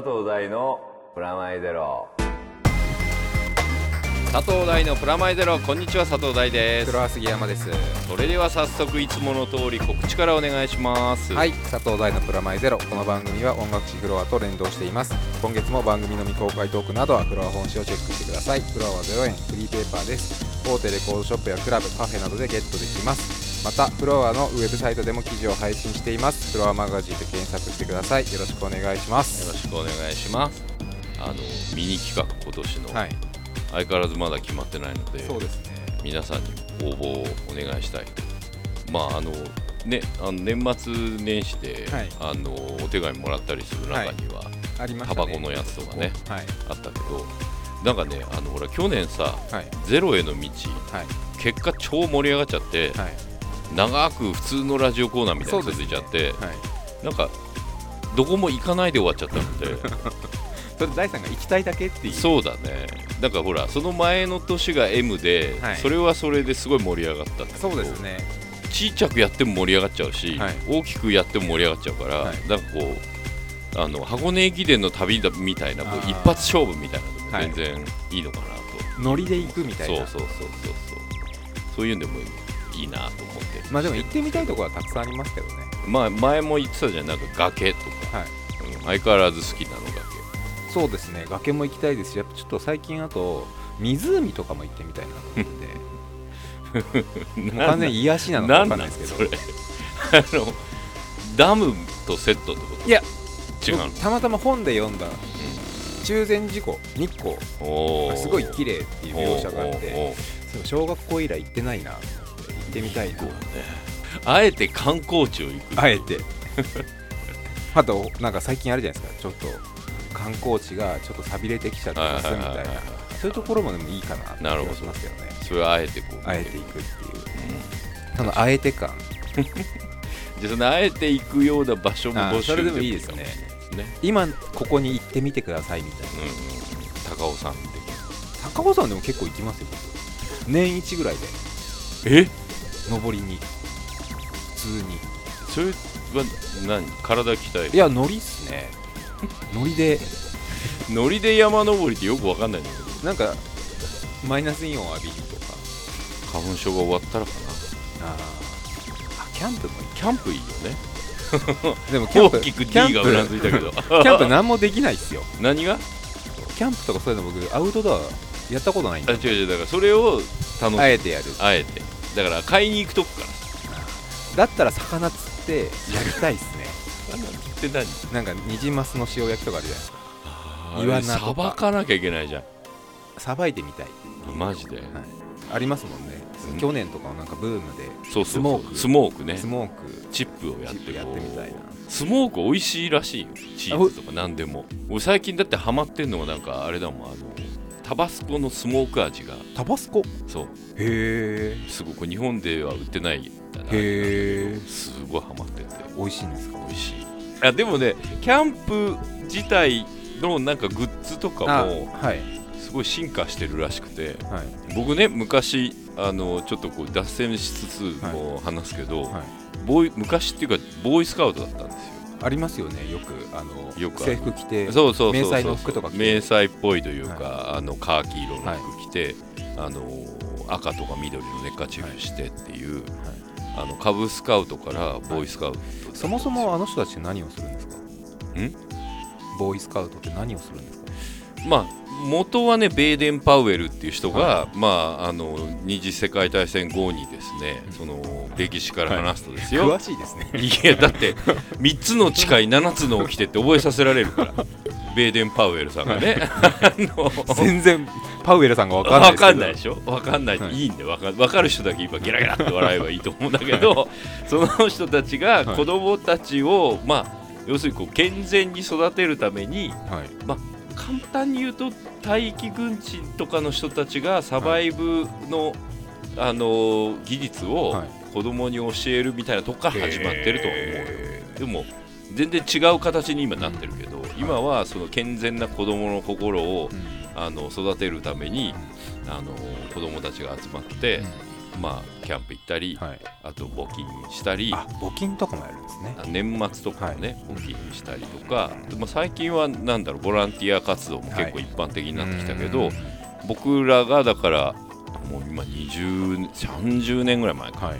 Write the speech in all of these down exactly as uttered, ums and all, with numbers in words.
佐藤大のプラマイゼロ。 佐藤大のプラマイゼロ。こんにちは、佐藤大です。 黒杉山です。 それでは早速いつもの通り告知からお願いします。 はい、佐藤大のプラマイゼロ。この番組は音楽誌フロアと連動しています。今月も番組の未公開トークなどはフロア本誌をチェックしてください。フロアはゼロえん、フリーペーパーです。大手レコードショップやクラブ、カフェなどでゲットできます。またフロアのウェブサイトでも記事を配信しています。フロアマガジンで検索してください。よろしくお願いします。 よろしくお願いします。あのミニ企画今年の、 はい、 相変わらずまだ決まってないので、 そうですね、 皆さんに応募をお願いしたい。まああのね、あの年末年始で、はい、あのお手紙もらったりする中には、はい、タバコのやつとかね、はい、あったけど、なんかね、あの俺去年さ、はい、ゼロへの道、はい、結果超盛り上がっちゃって、はい、長く普通のラジオコーナーみたいに続いちゃって、ね、はい、なんかどこも行かないで終わっちゃったのでそれ大さんが行きたいだけっていう。 そうだね。だからほらその前の年が エム で、はい、それはそれですごい盛り上がったんだけど、 そうですね、 ちっちゃくやっても盛り上がっちゃうし、はい、大きくやっても盛り上がっちゃうから、はい、なんかこうあの箱根駅伝の旅だみたいなこう一発勝負みたいなのも全然いいのかなと、はい、 ノリで行くみたいな。 そうそうそうそうそう、そういうんでもいいなと思って。 まあでも行ってみたいところはたくさんありますけどね。 まあ前も言ってたじゃん、なんか崖とか、はい、うん、相変わらず好きなの崖。 そうですね、崖も行きたいですし、やっぱちょっと最近あと湖とかも行ってみたいなと思ってもう完全に癒しなのか分かんないですけど、 あのダムとセットってこと？ いや違うの。 たまたま本で読んだ、うん、中禅寺湖日光がすごい綺麗っていう描写があって、小学校以来行ってないなと思って行ってみたいな、ね、 あえて観光地を行く。 あえてあとなんか最近あるじゃないですか、ちょっと観光地がちょっと寂れてきちゃってますみたいな、そういうところもでもいいかなって気がしますよね。 それはあえてこうあえていくっていう、うん、そのあえて感じゃあそのあえて行くような場所も募集でもいいかもしれないですね。 それでもいいですね。今ここに行ってみてくださいみたいな、うんうん、 高尾山的な。高尾山でも結構行きますよ、年一ぐらいで。 え登りに普通に。 それは何、体鍛える？ いや、ノリっすねノリでノリで山登りってよくわかんないんだけど、 なんかマイナスイオンを浴びるとか。 花粉症が終わったらかな。 ああ、キャンプもいい。 キャンプいいよねでもキャンプ大きく D がうなずいたけどキャンプ何もできないっすよ。 何が？ キャンプとかそういうの僕アウトドアやったことないんで。 あ、違う違う、だからそれを楽しむ、 あえてやる。 あえてだから買いに行くとこから。 だったら魚釣ってやりたいっすね魚釣って何？ なんかニジマスの塩焼きとかあるじゃないですか。 イワナとかさばかなきゃいけないじゃん。 さばいてみたい。 マジで、はい、 ありますもんね、うん、去年とかのなんかブームで。 そうそうそう、 スモークスモークね、 スモークチップをやってやってみたいな。 スモーク美味しいらしいよ、チーズとか何でも。俺最近だってハマってんのがなんかあれだもん、あのタバスコのスモーク味が。 タバスコ？そう。 へえ。すごく日本では売ってないんだな。へえ。すごいハマってて。 美味しいんですか？ 美味しい。あ、でもね、キャンプ自体のなんかグッズとかも、はい、すごい進化してるらしくて、はい、僕ね昔あのちょっとこう脱線しつつも話すけど、はいはい、ボーイ昔っていうかボーイスカウトだったんですよ。ありますよね、よくあのよく制服着て、 そうそうそうそう、 迷彩の服とか着て、 迷彩っぽいというか、はい、あのカーキ色の服着て、はい、あの赤とか緑のネッカチフしてっていう、はい、あのカブスカウトからボーイスカウト、はい、 そもそもあの人たち何をするんですか？ んボーイスカウトって何をするんですか？ まあ元はね、ベーデン・パウエルっていう人が、はい、まあ、あの二次世界大戦後にですね、その歴史から話すとですよ、 はい、詳しいですね。 いやだってみっつの誓いななつの起きてって覚えさせられるからベーデン・パウエルさんがねあの全然パウエルさんが分かんないですけど、 分かんないでしょ、分かんないで、はい、いいんで分か、分かる人だけ今ゲラゲラって笑えばいいと思うんだけどその人たちが子供たちを、まあ要するにこう健全に育てるために、はい、まあ簡単に言うと大気軍人とかの人たちがサバイブの、はい、あの技術を子供に教えるみたいなとこから始まってると思うよ。でも全然違う形に今なってるけど、うん、今はその健全な子供の心を、うん、あの育てるために、うん、あの子供たちが集まって、 まあ、キャンプ行ったり、はい、あと募金したり、 あ募金とかもやるんですね。 年末とかもね、はい、募金したりとか、でも最近はなんだろうボランティア活動も結構一般的になってきたけど、はい、僕らがだからもう今にじゅう、さんじゅうねんぐらい前から、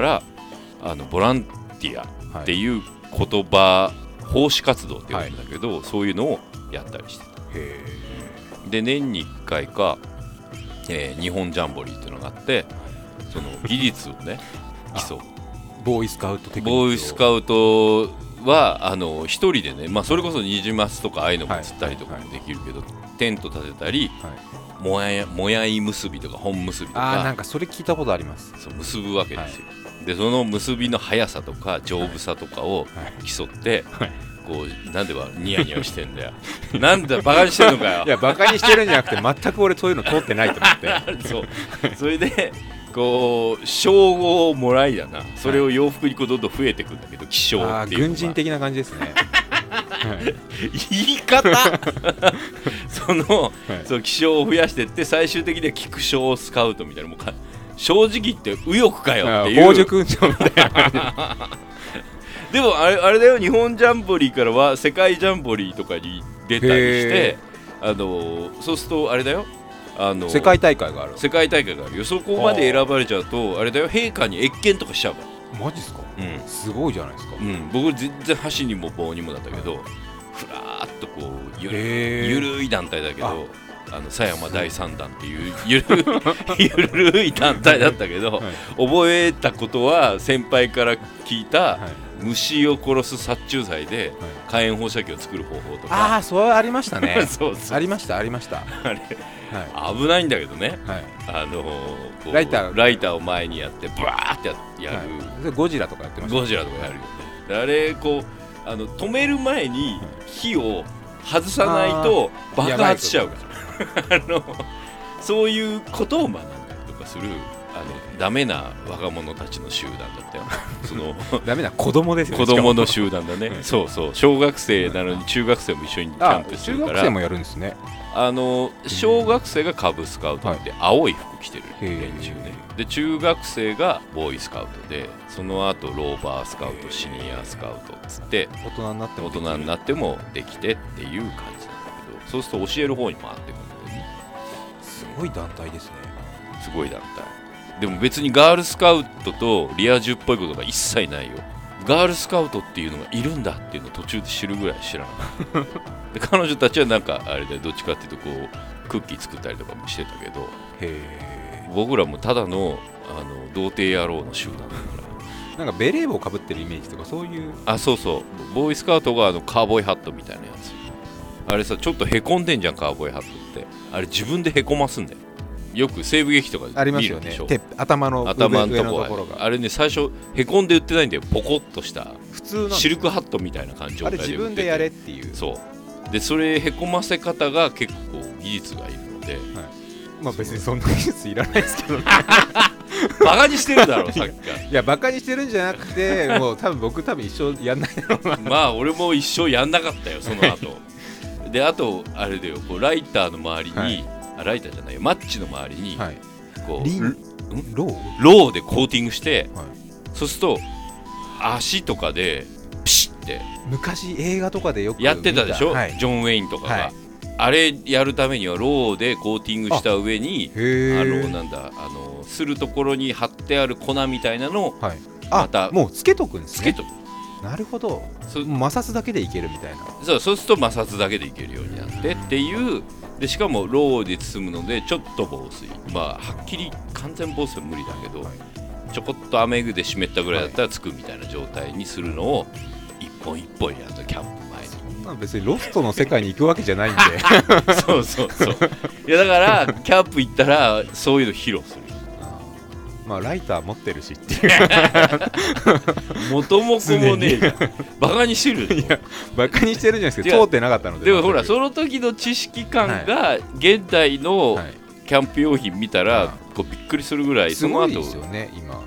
はい、あのボランティアっていう言葉、奉仕活動って言うんだけど、はい、そういうのをやったりしてた。へー。で年にいっかいか、えー、日本ジャンボリーっていうのがあって、その技術をね競うボーイスカウトテクニックボーイスカウトはあの一人でね、まあ、それこそニジマスとかああいうのも釣ったりとかもできるけど、はいはいはい、テント立てたり、はい、もやもやい結びとか本結びとか、 あなんかそれ聞いたことあります。 そう結ぶわけですよ、はい、でその結びの速さとか丈夫さとかを競って、はいはい、こうなんではニヤニヤしてんだよなんだバカにしてんのかよ。 いやバカにしてるんじゃなくて全く俺そういうの通ってないと思ってそうそれでこう称号をもらいだな、それを洋服にこうどんどん増えていくんだけど、気象っていうのは軍人的な感じですね言い方その、はい、その気象を増やしていって最終的には菊小スカウトみたいな、もうか正直言って右翼かよっていう傍受勲章みたいな感じでもあれ、あれだよ、日本ジャンボリーからは世界ジャンボリーとかに出たりして、あのそうするとあれだよ、あの世界大会がある世界大会があるよ。そこまで選ばれちゃうとあれだよ、陛下に謁見とかしちゃうから。 マジっすか、 うん、 すごいじゃないですか、 うん、僕全然箸にも棒にもだったけど、ふらーっとこうゆ る, ゆるい団体だけど、あの狭山第三弾っていうゆ る, ゆるい団体だったけど、はい、覚えたことは先輩から聞いた、はい、虫を殺す殺虫剤で火炎放射器を作る方法とか、 ああそうありましたねそうそうありましたありましたあれ、はい、危ないんだけどね、はい、あのー、 ライターライターを前にやってバーってやる、 はい、ゴジラとかやってました、ね、 ゴジラとかやるよね。あれこうあの止める前に火を外さないと爆発しちゃうからあのそういうことを学んだりとかするあのダメな若者たちの集団だったよそのダメな子供ですよね。 子供の集団だねそうそう、小学生なのに中学生も一緒にキャンプするから。 中学生もやるんですね。 あの小学生がカブスカウトって青い服着てる連中ね、で中学生がボーイスカウトで、その後ローバースカウト、シニアスカウトっつって大人になっても大人になってもできてっていう感じなんだけど、そうすると教える方に回ってくるんだよね。 すごい団体ですね。 すごい団体でも別にガールスカウトとリア充っぽいことが一切ないよ。ガールスカウトっていうのがいるんだっていうのを途中で知るぐらい知らないで彼女たちはなんかあれでどっちかっていうとこうクッキー作ったりとかもしてたけど、へ僕らもただのあの童貞野郎の集団だからなんかベレー帽かぶってるイメージとかそういう。 あそうそう、ボーイスカウトがあのカーボーイハットみたいなやつ、あれさちょっとへこんでんじゃんカーボーイハットって。あれ自分でへこますんだよ。よく西部劇とかで見るでしょ。 ね、頭の 上, 頭の上のところがあれね、最初へこんで売ってないんだよ。ポコッとした普通のシルクハットみたいな感じで売ってて、 あれ自分でやれっていう。 そうで、それへこませ方が結構技術がいるので、はい、 まあ別にそんな技術いらないですけど、ね、 バカにしてるだろさっきから。 いやバカにしてるんじゃなくてもう多分僕多分一生やんないだろうなまあ俺も一生やんなかったよその後で、あとあれだよ、こうライターの周りに、はい、あライターじゃないよ、マッチの周りに、はい、こうローローでコーティングして、はい、そうすると足とかでピシッて昔映画とかでよくやってたでしょ、はい、ジョン・ウェインとかが、はい、あれやるためにはローでコーティングした上にあのなんだあのするところに貼ってある粉みたいなのを、はい、またもうつけとくんですね。 つけとく。 なるほど。摩擦だけでいけるみたいな。 そう、そうすると摩擦だけでいけるようになってっていう。でしかもローで包むのでちょっと防水、まあはっきり完全防水は無理だけど、はい、ちょこっと雨具で湿ったぐらいだったらつくみたいな状態にするのを一本一本やると、キャンプ前に。 そんな別にロストの世界に行くわけじゃないんでそうそうそう、いやだからキャンプ行ったらそういうの披露する。 まあライター持ってるしっていう元も子もねえじゃん。バカにしてるでしょ。いやバカにしてるじゃないですか。通ってなかったので。 でもほらその時の知識感が現代のキャンプ用品見たらこうびっくりするぐらい。 すごいですよね今。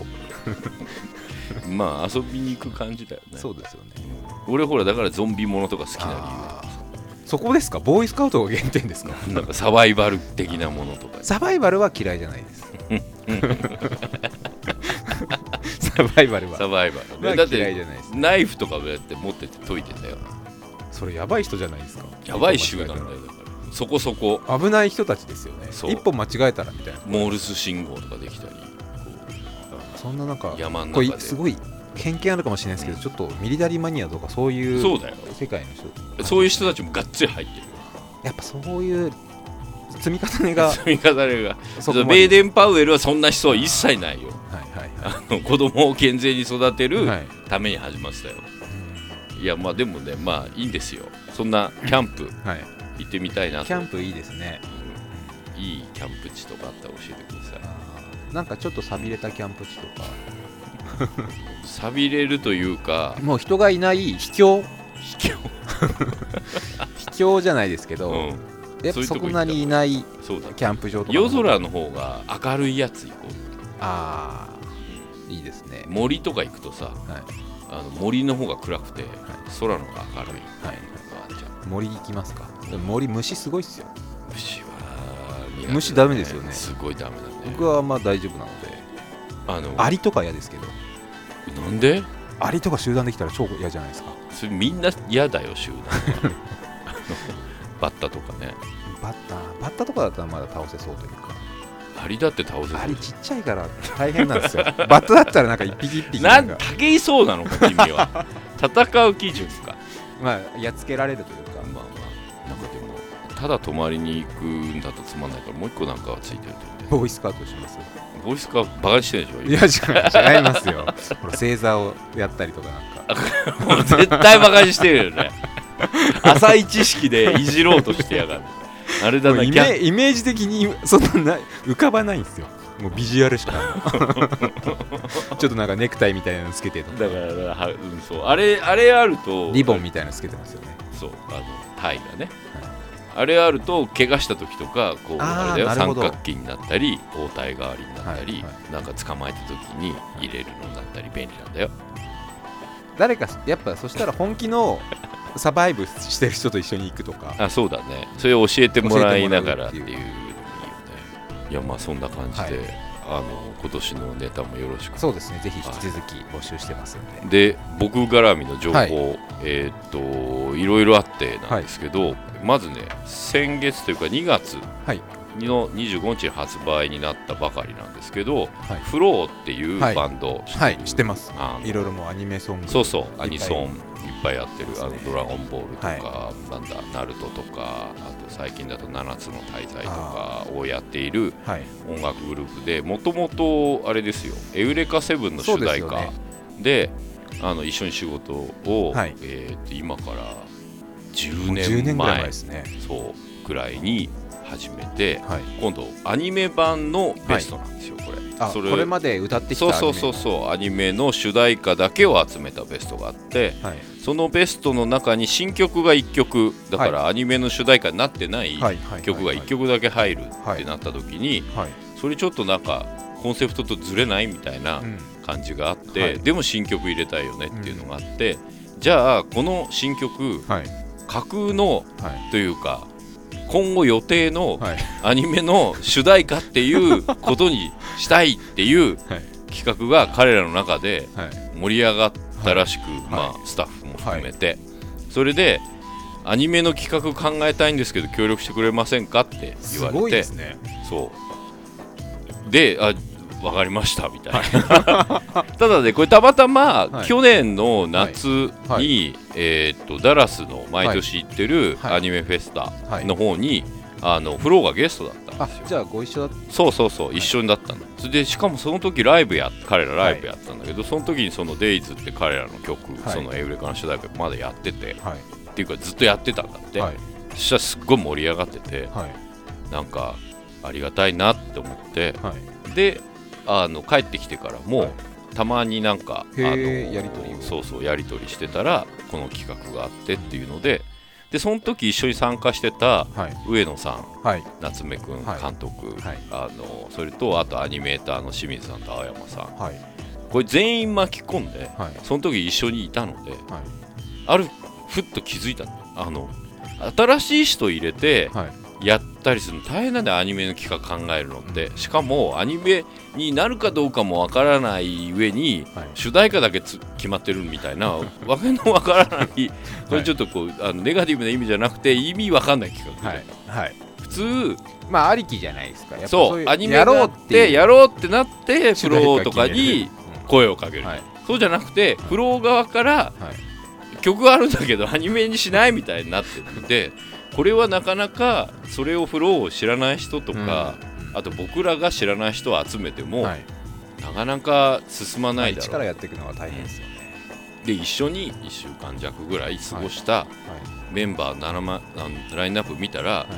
そうまあ遊びに行く感じだよね。 そうですよね。 俺ほらだからゾンビものとか好きな理由。 そこですか。ボーイスカウトが原点ですか。 なんかサバイバル的なものとか。 サバイバルは嫌いじゃないですサバイバルはサバイバル、 まあ、 だって嫌いじゃないです、ね、 ナイフとかやって持ってて解いてたよ。 それやばい人じゃないですか。 やばい集団だよ。だからそこそこ危ない人たちですよね。一歩間違えたらみたいな。 モールス信号とかできたり、 そんななんか山の中ですごい偏見あるかもしれないですけど、うん、ちょっとミリタリーマニアとかそういうそうだよ世界の人、 そういう人たちもがっつり入ってる。 やっぱそういう積み重ねが積み重ねがベイデン・パウエルはそんな人は一切ないよ。 はいはいはい、 あの子供を健全に育てるために始まってたよ、はい、いやまあでもね、まあいいんですよ。そんなキャンプ行ってみたいなと。 キャンプいいですね、 うん、いいキャンプ地とかあったら教えてください。 なんかちょっと寂れたキャンプ地とか寂れるというか、 もう人がいない秘境秘境秘境じゃないですけど、うん、やっぱそこなにいないキャンプ場とか、 夜空の方が明るいやつ行こう。 ああ、いいですね。 森とか行くとさ、はい、あの森の方が暗くて、はい、空の方が明るい、はい、 森行きますか。でも森虫すごいっすよ。 虫は苦手、ね、虫ダメですよね。 すごいダメだね。 僕はまあ大丈夫なので。あのアリとか嫌ですけど。 なんで？ アリとか集団できたら超嫌じゃないですか。 それみんな嫌だよ集団バッタとかね。 バッタバッタとかだったらまだ倒せそうというか。 アリだって倒せそう。 アリちっちゃいから大変なんですよ。バッタだったらなんか一匹一匹なんか竹いそうなのか君は。戦う基準か。 まあやっつけられるというか。 まあまあなんかでもただ泊まりに行くんだとつまんないからもう一個なんかはついてると言って。 ボーイスカートします。 ボーイスカートバカにしてるでしょ。 いや違いますよ。ほら星座をやったりとかなんか。 もう絶対バカにしてるよね。浅い知識でいじろうとしてやがる。あれだな、 イメイメージ的にそんなない浮かばないんですよ。もうビジュアルしかちょっとなんかネクタイみたいなのつけてとか。 だからだから、うん、そうあれあれあるとリボンみたいなのつけてますよね。 そうあのタイがね、はい、あれあると怪我した時とかこうあれだよ三角形になったり包帯代わりになったり、はいはい、なんか捕まえた時に入れるのだったり便利なんだよ。 誰かやっぱそしたら本気のサバイブしてる人と一緒に行くとか。 あ、そうだね。それを教えてもらいながらっていうのもいいよね。いやまあそんな感じで、はい、あの今年のネタもよろしく。 そうですね。ぜひ引き続き募集してますので。で僕絡みの情報、はい、えー、っといろいろあってなんですけど、はい、まずね先月というかにがつのにじゅうごにちに発売になったばかりなんですけど、はい、フローっていうバンド、 はいはい、知ってます。いろいろもうアニメソング。 そうそうアニソンいっぱいやってる、あのドラゴンボールとか、はい、なんだナルトとか、あと最近だとななつの大罪とかをやっている音楽グループで、もともとあれですよ、エウレカセブンの主題歌 で, で、ね、あの一緒に仕事を、はい、えー、と今からじゅうねんまえ、じゅうねんぐらい前ですね、そうくらいに始めて、はい、今度アニメ版のベストなんですよ、はい、これ。 あ、それこれまで歌ってきたアニメ。 そうそうそうそう、アニメの主題歌だけを集めたベストがあって、はい、そのベストの中に新曲がいっきょくだから、はい、アニメの主題歌になってない曲がいっきょくだけ入るってなった時に、はいはい、それちょっとなんかコンセプトとずれないみたいな感じがあって、うん、はい、でも新曲入れたいよねっていうのがあって、うん、じゃあこの新曲、はい、架空の、はい、というか今後予定のアニメの主題歌っていうことにしたいっていう企画が彼らの中で盛り上がったらしく、まあスタッフも含めて、それでアニメの企画考えたいんですけど協力してくれませんかって言われて、すごいですね。そうで、あ、分かりましたみたいな、はい、ただねこれたまたま、はい、去年の夏に、はい、えー、っとダラスの毎年行ってるアニメフェスタの方に、はい、あのフローがゲストだったんですよ。 あ、じゃあご一緒だった。 そうそうそう、はい、一緒になったの。それでしかもその時ライブや彼らライブやったんだけど、はい、その時にそのデイズって彼らの曲、はい、そのエウレカの主題歌まだやってて、はい、っていうかずっとやってたんだって、はい、そしたらすっごい盛り上がってて、はい、なんかありがたいなって思って、はい、であの帰ってきてからも、はい、たまになんかあのやり取りそうそうやり取りしてたらこの企画があってっていうので、でその時一緒に参加してた上野さん、はい、夏目くん監督、はい、あのそれとあとアニメーターの清水さんと青山さん、はい、これ全員巻き込んで、はい、その時一緒にいたので、はい、あるふっと気づいたの。あの新しい人入れて、はい、 やったりするの大変なんだよ、アニメの企画考えるのって。しかもアニメになるかどうかもわからない上に、はい、主題歌だけつ決まってるみたいなわけのわからないこれちょっとこうあのネガティブな意味じゃなくて意味わかんない企画、はいはい、普通まあありきじゃないですか。やっぱそうアニメやろうってやろうってなってフローとかに声をかける、はい、そうじゃなくてフロー側から、はい、曲があるんだけどアニメにしないみたいになってるので、これはなかなかそれをフローを知らない人とか、うん、あと僕らが知らない人を集めても、はい、なかなか進まないだろう、 一からやっていくのは大変ですよね。 で一緒にいっしゅうかん弱ぐらい過ごしたメンバーななまいラインナップ見たら、はい、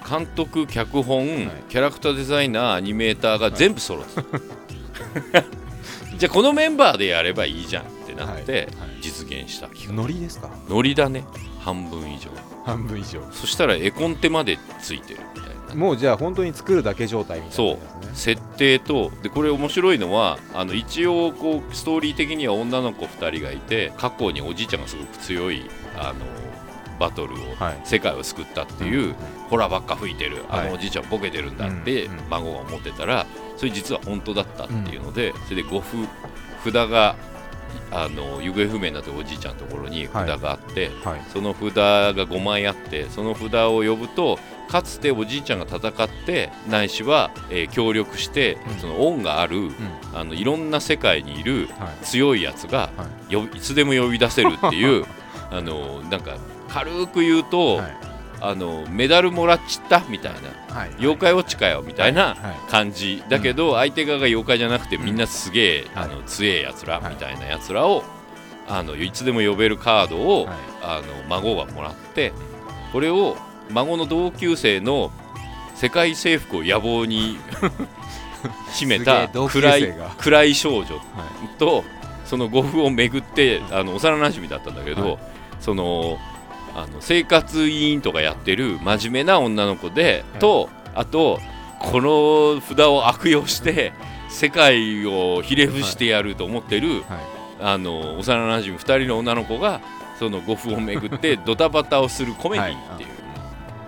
監督、脚本、はい、キャラクターデザイナー、アニメーターが全部揃って、はい、じゃあこのメンバーでやればいいじゃんってなって、はいはい、実現した企画。 ノリですか？ ノリだね。半分以上半分以上そしたら絵コンテまでついてるみたいな。 もうじゃあ本当に作るだけ状態みたいな、ね、 そう設定とで、これ面白いのはあの一応こうストーリー的には女の子ふたりがいて、過去におじいちゃんがすごく強いあのバトルを、はい、世界を救ったっていう、うん、ホラーばっか吹いてる、はい、あのおじいちゃんボケてるんだって、うん、孫が思ってたらそれ実は本当だったっていうので、うん、それでごふ札があの行方不明になっておじいちゃんのところに札があって、はいはい、その札がごまいあって、その札を呼ぶとかつておじいちゃんが戦ってないしは、えー、協力して、うん、その恩がある、うん、あのいろんな世界にいる強いやつが、はい、いつでも呼び出せるっていうあのなんか軽く言うと、はい、あのメダルもらっちったみたいな、はい、妖怪ウォッチかよみたいな感じ、はいはい、だけど、うん、相手側が妖怪じゃなくてみんなすげえ、うん、あの強えやつらみたいなやつらを、はい、あのいつでも呼べるカードを、はい、あの孫がもらって、これを孫の同級生の世界征服を野望に秘めた暗い、暗い少女と、はい、その呉服をめぐってあの幼馴染だったんだけど、はい、そのあの生活委員とかやってる真面目な女の子で、はい、とあとこの札を悪用して世界をひれ伏してやると思ってる、はいはい、あの幼馴染ふたりの女の子がその呉服をめぐってドタバタをするコメディっていう、はい、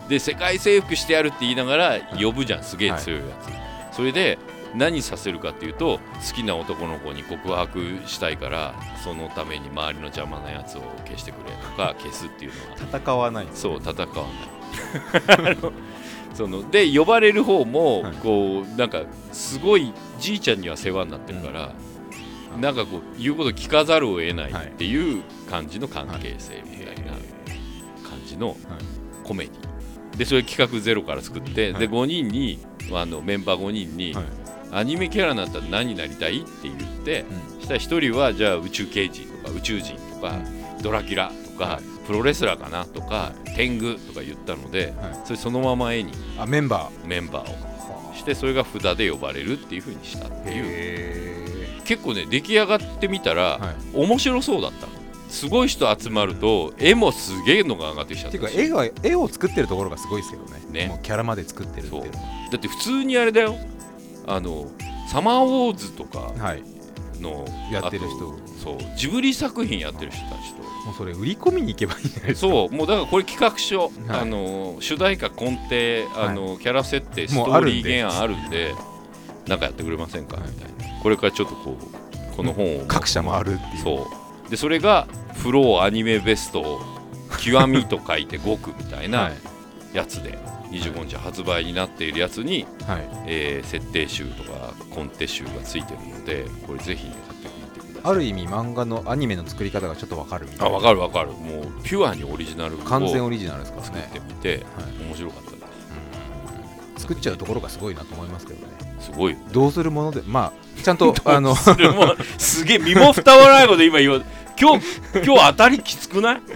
で世界征服してやるって言いながら呼ぶじゃん、すげえ強いやつ、はい、それで何させるかっていうと、好きな男の子に告白したいからそのために周りの邪魔なやつを消してくれとか消すっていうのは戦わない、ね、 そう戦わないそので呼ばれる方もこう、はい、なんかすごいじいちゃんには世話になってるから、うん、なんかこう言うこと聞かざるを得ないっていう感じの関係性みたいな感じのコメディで、それ企画ゼロから作って、はい、でごにんにあのメンバーごにんに、はい、アニメキャラになったら何になりたいって言って、うん、したらひとりはじゃあ宇宙刑事とか宇宙人とか、うん、ドラキュラとか、はい、プロレスラーかなとか、はい、天狗とか言ったので、はい、それそのまま絵にあメンバーメンバーをして、それが札で呼ばれるっていう風にしたっていう、結構ね出来上がってみたら、はい、面白そうだったの。すごい人集まると絵もすげえのが上がってきちゃったし、 ていうか絵が絵を作ってるところがすごいですけど ね, ねもうキャラまで作ってるっていうのだって普通にあれだよ、あのサマーウォーズとかの、はい、 やってる人、 そうジブリ作品やってる人たちともうそれ売り込みに行けばいいんじゃないですか。 そうもうだからこれ企画書、はい、あの主題歌根底あの、はい、キャラ設定ストーリー原案あるんでなんかやってくれませんか、はい、みたいな。これからちょっとこうこの本を各社もあるっていう、 そうでそれがフローアニメベスト極みと書いてごくみたいなやつでにじゅうごにち発売になっているやつに、はいえー、設定集とかコンテ集がついてるので、これぜひ、ね、買ってみてください。 ある意味漫画のアニメの作り方がちょっと分かるみたいな。 あ分かる分かる。もうピュアにオリジナルを完全オリジナルですからね。 作ってみて、はい、面白かったです。 うん作っちゃうところがすごいなと思いますけどね。 すごいどうするものでまあちゃんとあのするもすげえ身も蓋もないこと今言わ今日今日当たりきつくない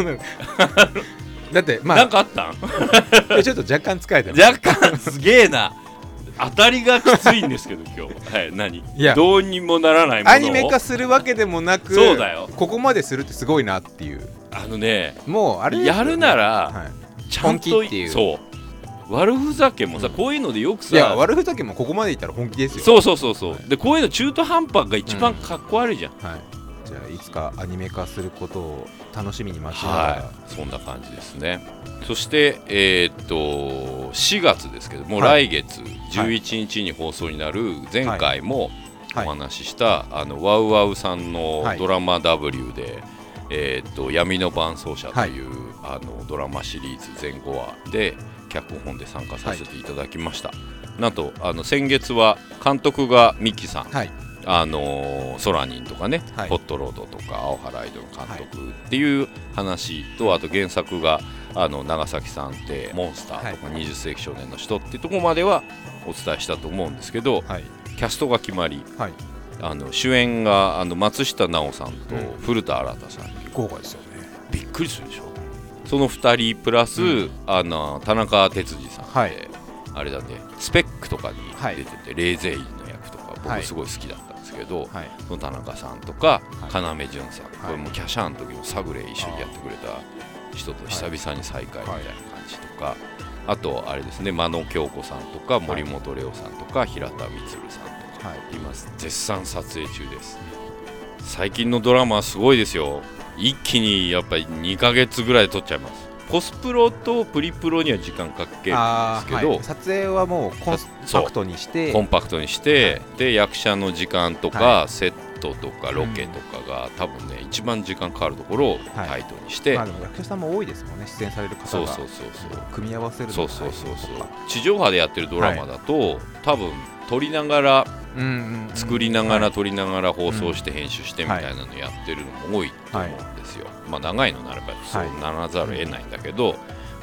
だってまあなんかあったんちょっと若干疲れてます。 若干すげえな当たりがきついんですけど今日はい何いやどうにもならないものをアニメ化するわけでもなくそうだよここまでするってすごいなっていう。 あのねもうあれですよね、 やるなら、はい、ちゃんと本気っていうそう悪ふざけもさ、うん、こういうのでよくさいや悪ふざけもここまでいったら本気ですよ。 そうそうそうそう、はい、でこういうの中途半端が一番かっこ悪いじゃん、 うんはい、じゃあいつかアニメ化することを楽しみに待ちながら、 はい、そんな感じですね。そしてえー、っととしがつですけども、 はい、 来月じゅういちにちに放送になる前回もお話しした、はい、あのワウワウさんのドラマ W で、はい、えー、と闇の伴奏者という、はい、あのドラマシリーズ前後話で脚本で参加させていただきました、はい、なんとあの先月は監督がミキさん、はい、あのソラニンとかね、はい、ホットロードとか青原アイドル監督っていう話と、はい、あと原作があの長崎さんってモンスターとかにじゅっ世紀少年の人っていうところまではお伝えしたと思うんですけど、はい、キャストが決まり、はい、あの主演があの松下奈緒さんと古田新太さん、うん、 豪華ですよね。 びっくりするでしょ。そのふたりプラス、うん、あの田中哲司さんで、はい、あれだねスペックとかに出てて、はい、レーゼインの役とか僕すごい好きだったんですけど、はい、その田中さんとか、はい、要潤さん、はい、これもキャシャーの時のサグレー一緒にやってくれた人と久々に再会みたいな感じとか、はい、あとあれですね、真野京子さんとか森本レオさんとか平田充さんとかいます、はい、絶賛撮影中です。最近のドラマはすごいですよ。一気にやっぱりにかげつぐらいで撮っちゃいます。ポスプロとプリプロには時間かけるんですけど、はい、 撮影はもうコンパクトにしてコンパクトにして、はい、で役者の時間とか、はい、セットとかロケとかが、うん、多分ね一番時間かかるところをタイトにして、 はい、まあ、でも役者さんも多いですもんね、出演される方が。 そうそうそうそう組み合わせるのが、 そうそうそうそう地上波でやってるドラマだと、はい、多分撮りながら、うんうんうん、作りながら、はい、撮りながら放送して編集してみたいなのやってるのも多いと思うんですよ、はい、まあ、長いのならばそうならざるを得ないんだけど、はい、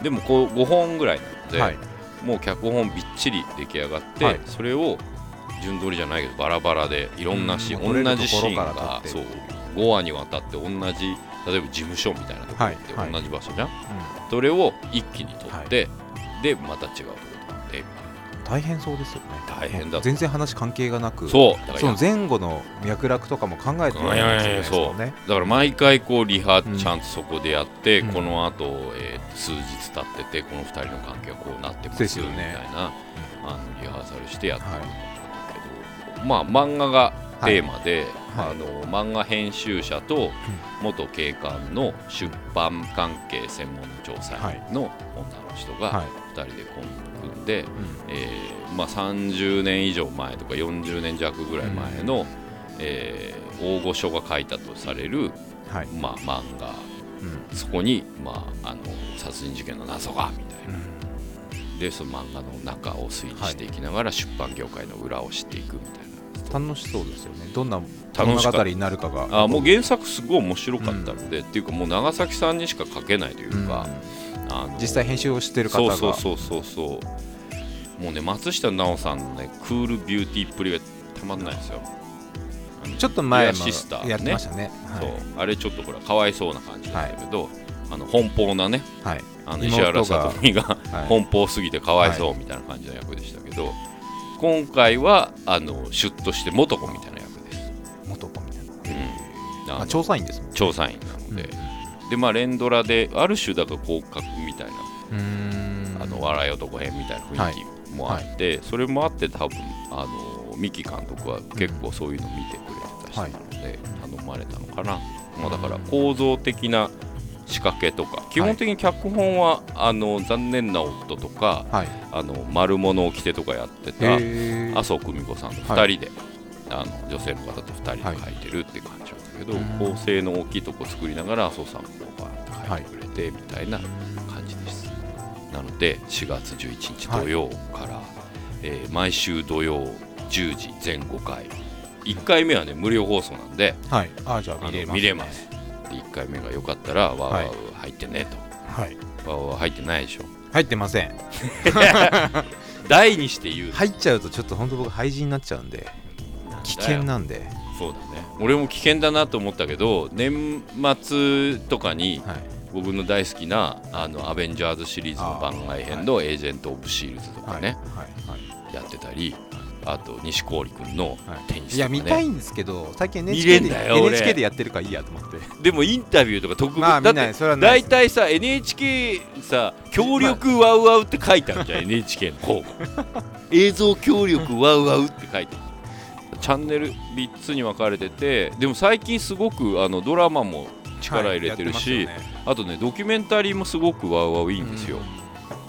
でもこうごほんぐらいなので、はい、もう脚本びっちり出来上がって、はい、それを順撮りじゃないけどバラバラでいろんなシーン、うん、同じシーンがそうごわにわたって同じ、例えば事務所みたいなところって同じ場所じゃん、はいはい、うん、それを一気に撮って、はい、でまた違うところとかで大変そうですよね。 大変だ。 全然話関係がなく、 そうだからその前後の脈絡とかも考えてないんですよね。そうだから毎回こうリハちゃんとそこでやって、うん、この後、えー、数日経っててこのふたりの関係はこうなってますよみたいな、うん、あのリハーサルしてやってるんだけど、はい、まあ漫画がテーマで、はい、あの漫画編集者と元警官の出版関係専門調査員の女の人がふたりでコンビ組んで、はい、えーまあ、さんじゅうねん以上前とかよんじゅうねん弱ぐらい前の、うん、えー、大御所が書いたとされる、はい、まあ、漫画、うん、そこに、まあ、あの殺人事件の謎がみたいな、うん、でその漫画の中を推理していきながら出版業界の裏を知っていくみたいな。 楽しそうですよね。どんな物語になるかが。 あもう原作すごい面白かったので、うん、っていうかもう長崎さんにしか書けないというか、 うん、あの実際編集をしてる方がそうそうそうそうもうね松下奈緒さんのねクールビューティーっぷりがたまんないですよ。 ちょっと前もやってましたね。 はい、そうあれちょっとほらかわいそうな感じだったけど、はい、あの奔放なね、はい、あの石原さとみが奔放すぎてかわいそうみたいな感じの役でしたけど、はい、今回はあのシュッとして元子みたいな役です。 元子みたいな、うん、あ調査員ですもんね。 調査員なので、うん、でまあ連ドラである種だから広角みたいなうーんあの笑い男編みたいな雰囲気もあって、はい、それもあって多分あの三木監督は結構そういうの見てくれてた人なので、うん、頼まれたのかな、まあ、だから構造的な仕掛けとか基本的に脚本は、はい、あの残念な夫とか、はい、あの丸物を着てとかやってた麻生久美子さんのふたりで、はい、あの女性の方とふたりで書いてるって感じなんだけど、はい、構成の大きいとこ作りながら麻生さんもバーって書いてくれてみたいな感じです。なのでしがつじゅういちにち土曜から、はいえー、毎週土曜じゅうじぜんごかいいっかいめはね無料放送なんで、 はい、あじゃあ見れます、ね、 見れます。いっかいめが良かったらワーワー入ってねと、はい、ワーワー入ってないでしょ。 入ってません大にして言う入っちゃうとちょっと本当僕廃人になっちゃうんで危険なんで。 そうだね俺も危険だなと思ったけど年末とかに僕の大好きなあのアベンジャーズシリーズの番外編のエージェント・オブ・シールズとかね、はいはいはい、やってたりあと西郡君のテニスとかね、はい、いや見たいんですけど最近 エヌエイチケー で, エヌエイチケー でやってるからいいやと思って。 でもインタビューとか特別、まあ、だって大体さ エヌエイチケー さ協力ワウワウって書いてあるじゃん、まあ、エヌエイチケー の方が映像協力ワウワウって書いてあるチャンネルみっつに分かれててでも最近すごくあのドラマも力入れてるし、はいね、あとねドキュメンタリーもすごくワウワウいいんですよ。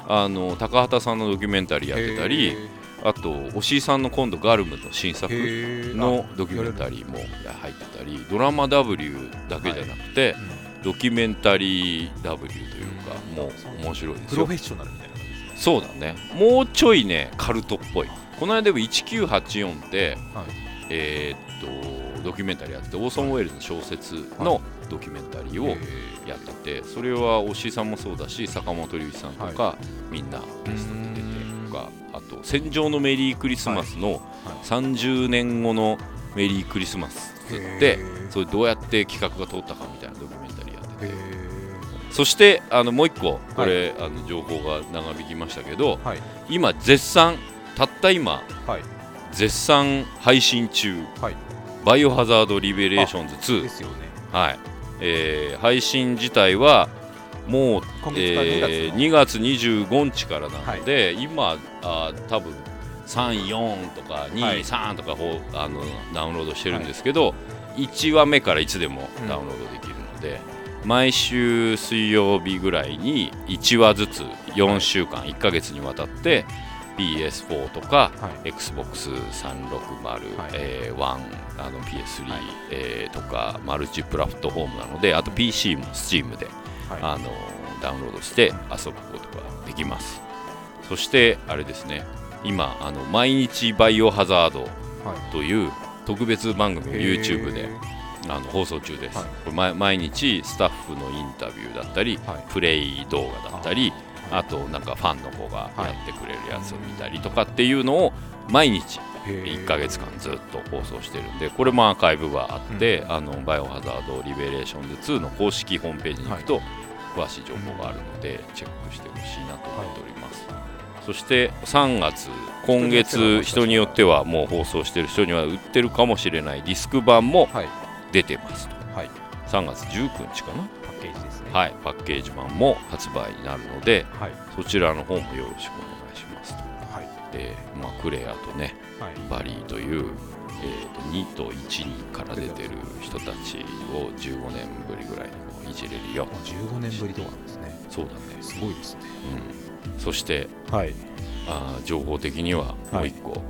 あの高畑さんのドキュメンタリーやってたり、あと押井さんの今度ガルムの新作のドキュメンタリーも入ってたり、ドラマ ダブリュー だけじゃなくて、はいうん、ドキュメンタリー ダブリュー というか、うん、もう面白いですよ。 プロフェッショナルみたいな感じですね。 そうだね、もうちょいねカルトっぽい。この間でもせんきゅうひゃくはちじゅうよんって、はい、えー、っとドキュメンタリーやってオーソン・ウェルズの小説のドキュメンタリーをやってて、それは押井さんもそうだし坂本龍一さんとか、はい、みんなゲストで出てとか、あと戦場のメリークリスマスのさんじゅうねんごのメリークリスマスってそれどうやって企画が通ったかみたいなドキュメンタリーやってて、そしてあのもう一個これ、はい、あの情報が長引きましたけど、はい、今絶賛たった今、はい、絶賛配信中、はい、バイオハザードリベレーションズツーですよね、はいえー、配信自体はもう、えー、にがつにじゅうごにちからなので、はい、今あ多分さん、よんとかに、さんとかほあのダウンロードしてるんですけど、はい、いちわめからいつでもダウンロードできるので、うん、毎週水曜日ぐらいにいちわずつよんしゅうかんいっかげつにわたって ピーエスフォー とか、はい、エックスボックスさんびゃくろくじゅう、はいえー、ワンあの ピーエススリー、はいえー、とかマルチプラットフォームなので、あと ピーシー も Steam で、はい、あのダウンロードして遊ぶことができます。そしてあれですね、今あの毎日バイオハザードという特別番組を YouTube であの放送中です、はい、これ毎, 毎日スタッフのインタビューだったり、はい、プレイ動画だったり、あとなんかファンの子がやってくれるやつを見たりとかっていうのを毎日いっかげつかんずっと放送してるんで、これもアーカイブがあって、うん、あのバイオハザードリベレーションズツーの公式ホームページに行くと、はい詳しい情報があるのでチェックしてほしいなと思っております、はい、そしてさんがつ今月人によってはもう放送してる人には売ってるかもしれないディスク版も出てますと、はい、さんがつじゅうくにちかなパッケージですね、 はい、パッケージ版も発売になるので、はい、そちらの方もよろしくお願いしますと、はいでまあ、クレアとね、はい、バリーという、えー、とにといちにから出てる人たちをじゅうごねんぶりぐらいにいじれるよ。 じゅうごねんぶりとかなんですね。 そうだね。 すごいですね。 うん、そして、はい、あ情報的にはもう一個、はい、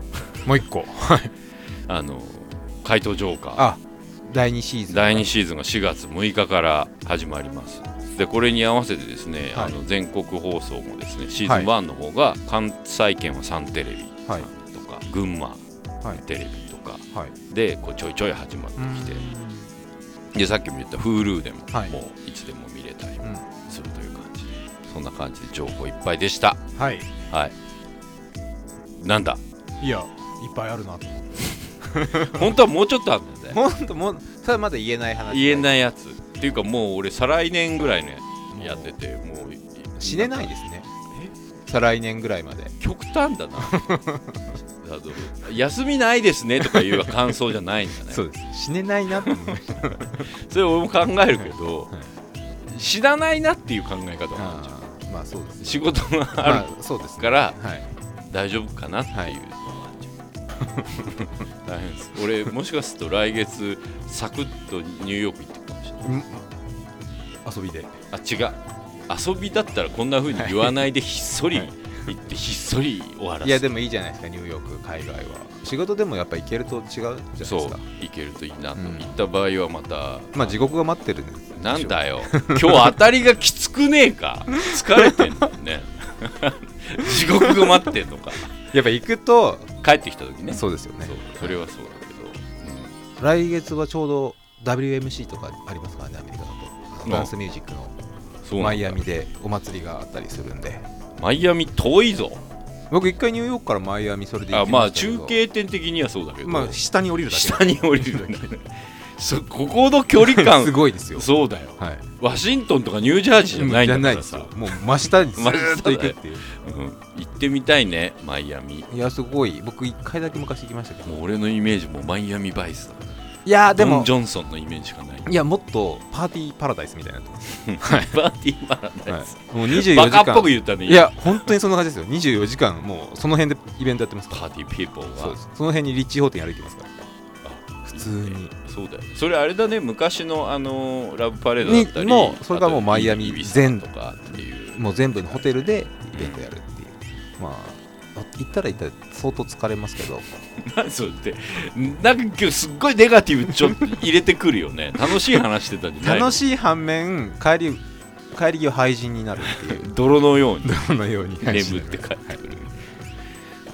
もう一個、はい、 あの怪盗ジョーカー。 あ、だいにシーズン。 だいにシーズンがしがつむいかから始まります。でこれに合わせてですね、はい、あの全国放送もですねシーズンワンの方が関西圏はサンテレビとか、はい、群馬テレビとか、はい、でこうちょいちょい始まってきて。でさっきも言った Hulu でも、はい、もういつでも見れたりするという感じで、うん、そんな感じで情報いっぱいでした。はい、はい、なんだいやいっぱいあるなと思って本当はもうちょっとあるんだよね。 本当もうそれはまだ言えない話。 言えないやつっていうかもう俺再来年ぐらいねやっててもう死ねないですね。再来年ぐらいまで極端だな休みないですねとかいう感想じゃないんだね。 そうです。死ねないなと思いましたそれ俺も考えるけど、はい、死なないなっていう考え方もあるじゃん。 まあそうです、ね、 仕事がある、まあそうですね、から、はい、大丈夫かなっていうのがあるじゃん。大変です。俺もしかすると来月サクッとニューヨーク行ってくるかもしれない、うん、 遊びで。 あ違う遊びだったらこんな風に言わないでひっそり、はい行ってひっそり終わらせる。 いやでもいいじゃないですかニューヨーク海外は。仕事でもやっぱ行けると違うじゃないですか。そう行けるといいなと、うん、行った場合はまたまあ地獄が待ってるんです。 なんだよ今日当たりがきつくねえか疲れてんのね地獄が待ってんのか。 やっぱ行くと帰ってきた時ね。 そうですよね。 そ, それはそうだけど、 うん、来月はちょうど ダブリューエムシー とかありますからねアメリカだと。ダンスミュージックのマイアミでお祭りがあったりするんで。 マイアミ遠いぞ。 僕一回ニューヨークからマイアミそれで行きましたけど。 あまあ中継点的にはそうだけど、 まあ下に降りるだけ。 下に降りるだけそここの距離感すごいですよ。 そうだよ、はい、ワシントンとかニュージャージーじゃないんだからさ、 もう真下にずっと行くっていう、 うん、行ってみたいねマイアミ。 いやすごい。僕一回だけ昔行きましたけど、 もう俺のイメージもマイアミバイスだ。 いやでもドン・ジョンソンのイメージしかない。 いやもっとパーティーパラダイスみたいになってます、 はい、パーティーパラダイス、 はい、もうにじゅうよじかんバカっぽく言ったね。 いや本当にそんな感じですよ。にじゅうよじかんもうその辺でイベントやってますから。 パーティーピーポーがそうです。その辺にリッチーホーテン歩いてますから。あ普通に。 そうだよ。それあれだね昔のあのラブパレードだったりもうそれがもうマイアミ全とかっていうもう全部のホテルでベントやるっていう、うん、まあ行ったら行ったら相当疲れますけどなんそうってなんか今日すっごいネガティブちょっと入れてくるよね楽しい話してたんじゃないの楽しい反面帰り帰り際廃人になるっていう泥のように泥のように眠って帰ってくる、はい、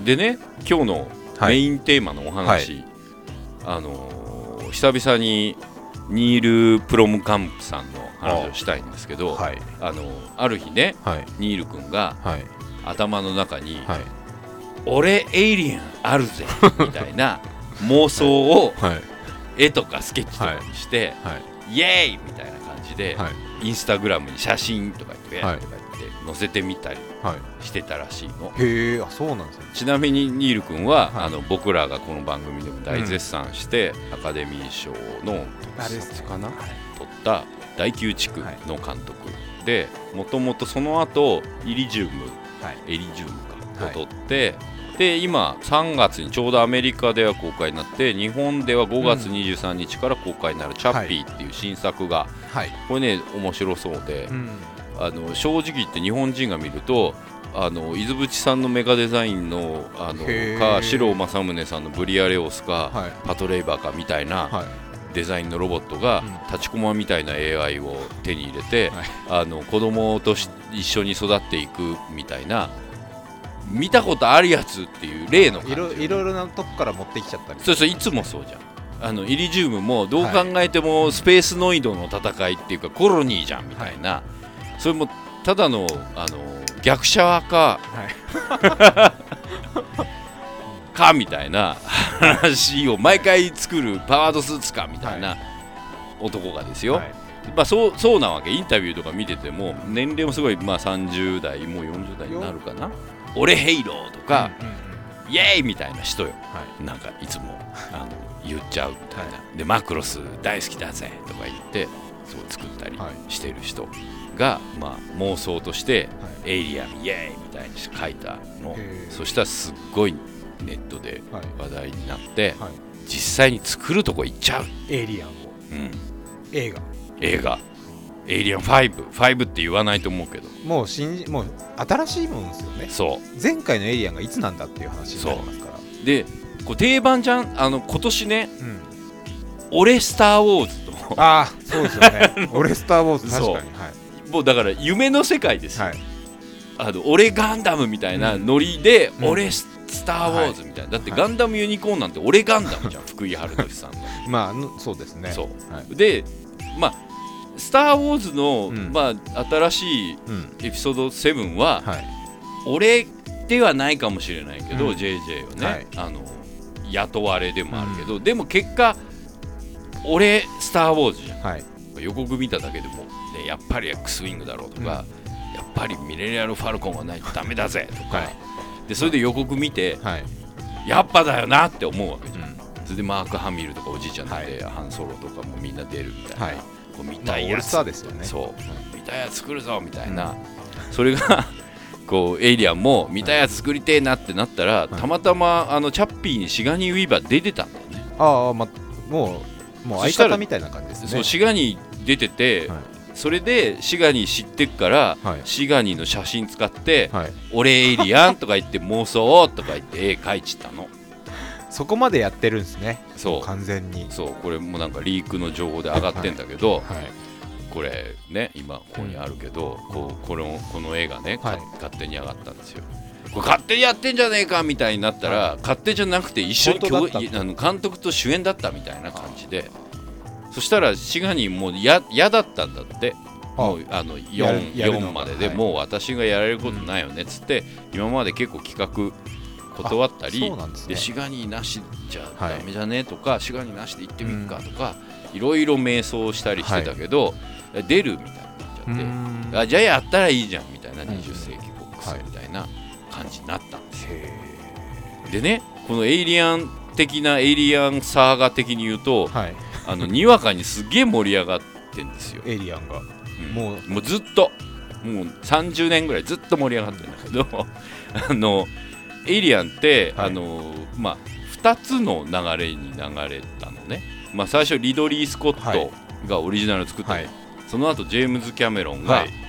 でね今日のメインテーマのお話、はい、あのー、久々にニール・プロムカンプさんの話をしたいんですけど あ,、はい、あのある日ね、はい、ニール君が、はい、頭の中に、はい、俺エイリアンあるぜみたいな妄想を絵とかスケッチとかにして、はいはい、イエーイみたいな感じで、はい、インスタグラムに写真とか言って、はい、とか言って載せてみたりしてたらしいの、 はい、へー、あ、そうなんですね。 ちなみにニール君は、はい、あの僕らがこの番組でも大絶賛して、うん、アカデミー賞の特撮かな取った第きゅう地区の監督で、もともとその後イリジウム、はい、エリジウムかを取って、はい、で今さんがつにちょうどアメリカでは公開になって日本ではごがつにじゅうさんにちから公開になるチャッピーっていう新作が、はい、これね面白そうで、うん、あの正直言って日本人が見るとあの伊豆淵さんのメガデザイン の, あのか四郎正宗さんのブリアレオスか、はい、パトレイバーかみたいな、はい、デザインのロボットが、うん、立ちコマみたいな エーアイ を手に入れて、はい、あの子供とし一緒に育っていくみたいな見たことあるやつっていう例の感じ、 いろいろいろなとこから持ってきちゃったり、 そうそう、いつもそうじゃん。あのイリジウムもどう考えてもスペースノイドの戦いっていうかコロニーじゃんみたいな、はい、それもただの、あの逆シャワーか、はい、かみたいな話を毎回作るパワードスーツかみたいな男がですよ、はい、まあ、そう、そうなわけ。インタビューとか見てても年齢もすごい、まあ、さんじゅうだいもうよんじゅうだいになるかな、俺ヘイローとか、うんうんうん、イエーイみたいな人よ、はい、なんかいつもあの言っちゃうみたいな、はい、でマクロス大好きだぜとか言ってそう作ったりしてる人が、まあ、妄想として、はい、エイリアンイエーイみたいにして書いたの。そしたらすっごいネットで話題になって、はいはい、実際に作るとこ行っちゃう、 エイリアンを、うん、映画映画エイリアンファイブ、ファイブって言わないと思うけど、 もう新もう新しいものですよね。そう、前回のエイリアンがいつなんだっていう話になりますから。 でこう定番じゃん、あの今年ね、うん、俺スターウォーズとああそうですよね俺スターウォーズ確かに、はい、 もうだから夢の世界ですよ、はい、あの俺ガンダムみたいなノリで、うん、俺スターウォーズみたいな、だってガンダムユニコーンなんて俺ガンダムじゃん福井春俊さんのまあそうですね。そう、 はい、でまあスター・ウォーズの、うんまあ、新しいエピソードセブンは、うんはい、俺ではないかもしれないけど、うん、ジェイジェイ はね、はい、あの雇われでもあるけど、うん、でも結果俺スター・ウォーズじゃん、はい、予告見ただけでも、ね、やっぱり X ウィングだろうとか、うん、やっぱりミレニアル・ファルコンはないとダメだぜとか、はい、でそれで予告見て、はい、やっぱだよなって思うわけじゃん、うん、それでマーク・ハミルとかおじいちゃんで、はい、ハンソロとかもみんな出るみたいな、はい、こう見たいやつ、まあ、ですよね、そう見たいやつ作るぞみたいな、うん、それがこうエイリアンも見たいやつ作りてえなってなったら、はい、たまたまあのチャッピーにシガニー・ウィーバー出てたんだよね。 ああ、ま、もうもう相方みたいな感じですね。 そうシガニー出てて、はい、それでシガニー知ってっから、はい、シガニーの写真使って、はい、俺エイリアンとか言って妄想とか言って絵描いちったのそこまでやってるんですね。そう完全に。 そうこれもなんかリークの情報で上がってんだけど、はいはい、これね今ここにあるけど、うん、こうこのこの絵がね、はい、勝手に上がったんですよ。これ勝手にやってんじゃねえかみたいになったら、はい、勝手じゃなくて一緒に共あの監督と主演だったみたいな感じで、そしたらシガニーも嫌だったんだって。もうあの 4, 4までで、はい、もう私がやられることないよねっつって、うん、今まで結構企画断ったり で,、ね、でシガニーなしじゃダメじゃねとか、はい、シガニーなしで行ってみっかとか、いろいろ迷走したりしてたけど、はい、出るみたいになっちゃって、あじゃあやったらいいじゃんみたいな、にじゅっせいきボックスみたいな感じになったんですよ、はい、でねこのエイリアン的なエイリアンサーガ的に言うと、はい、あのにわかにすげえ盛り上がってんですよエイリアンが、 うん、もう、もうずっともうさんじゅうねんぐらいずっと盛り上がってるんだけどあのエイリアンって、はい、あのまあ、ふたつの流れに流れたのね、まあ、最初リドリー・スコットがオリジナル作った、はい、その後ジェームズ・キャメロンが、はい、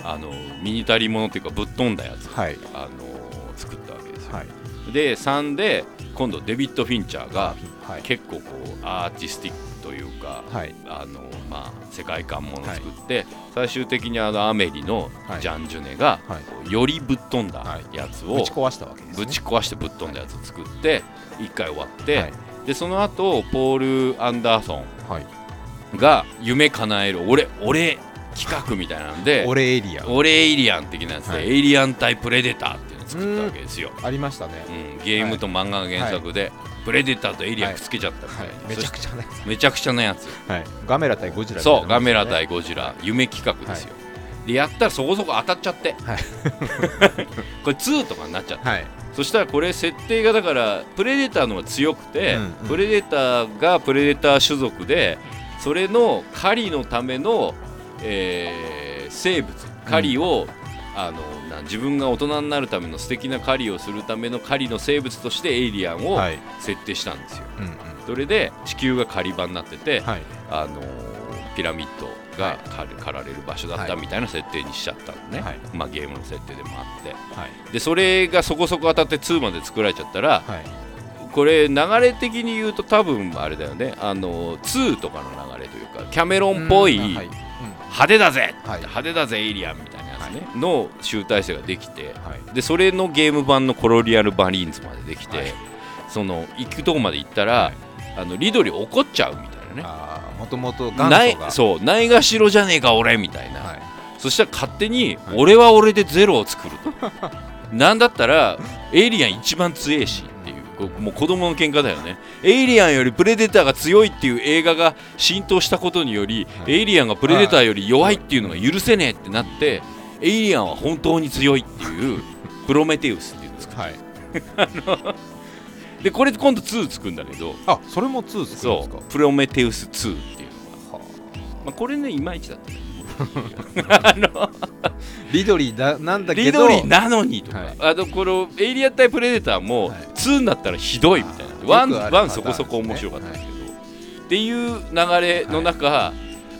あのミニタリーものっていうかぶっ飛んだやつ、 はい、 あの作ったわけですよ、 はい、 でさんで今度デビッド・フィンチャーがはい、 結構こうアーティスティックというか、 はい、 あのまあ、世界観ものを作って、はい、最終的にあのアメリのジャン・ジュネが、はい、よりぶっ飛んだやつを、 はい、ぶち壊したわけですね。 ぶち壊してぶっ飛んだやつを作っていっかい終わって、はい、でその後ポール・アンダーソンが夢叶える俺俺企画みたいなんで俺エイリアン俺エイリアン的なやつで、はい、エイリアン対プレデターっていうのを作ったわけですよ。 ありましたね、 うん、ゲームと漫画が原作で、はい、プレデターとエイリアンくっつけちゃった、 はいはい、めちゃくちゃなやつめちゃくちゃなやつ、 はい、ガメラ対ゴジラ、ね、 そうガメラ対ゴジラ夢企画ですよ、はい、でやったらそこそこ当たっちゃって、はい、これにとかになっちゃって、はい、そしたらこれ設定がだからプレデターの方が強くて、うんうん、プレデターがプレデター種族でそれの狩りのための、えー、生物狩りを、うん、あのな自分が大人になるための素敵な狩りをするための狩りの生物としてエイリアンを設定したんですよ、はい、うんうん、それで地球が狩り場になってて、はい、あのピラミッドが狩られる場所だったみたいな設定にしちゃったのね、はい、まあ、ゲームの設定でもあって、はい、でそれがそこそこ当たってにまで作られちゃったら、はい、これ流れ的に言うと多分あれだよね、あのにとかの流れというかキャメロンっぽい、はい、派手だぜ、はい、派手だぜエイリアンみたいなやつね、はい、の集大成ができて、はい、でそれのゲーム版のコロリアルバリーンズまでできて、はい、その行くとこまで行ったら、はい、あのリドリー怒っちゃうみたいなね、 あもともと元祖がそうないがしろじゃねえか俺みたいな、はい、そしたら勝手に、はい、俺は俺でゼロを作るとなんだったらエイリアン一番強えしっていうもう子供の喧嘩だよね。エイリアンよりプレデターが強いっていう映画が浸透したことにより、はい、エイリアンがプレデターより弱いっていうのが許せねえってなって、はい、エイリアンは本当に強いっていうプロメテウスっていうんですか、はい、あのでこれ今度につくんだけど、 あそれもにつくんですか。 そうプロメテウスにっていうのが、はあ、まあ、これねいまいちだったねあのリドリーだなんだけどリドリーなのにとか、はい、あとこのエイリアン対プレデターもにになったらひどいみたいな、ワン、ワンそこそこ面白かったんですけど、はい、っていう流れの中、はい、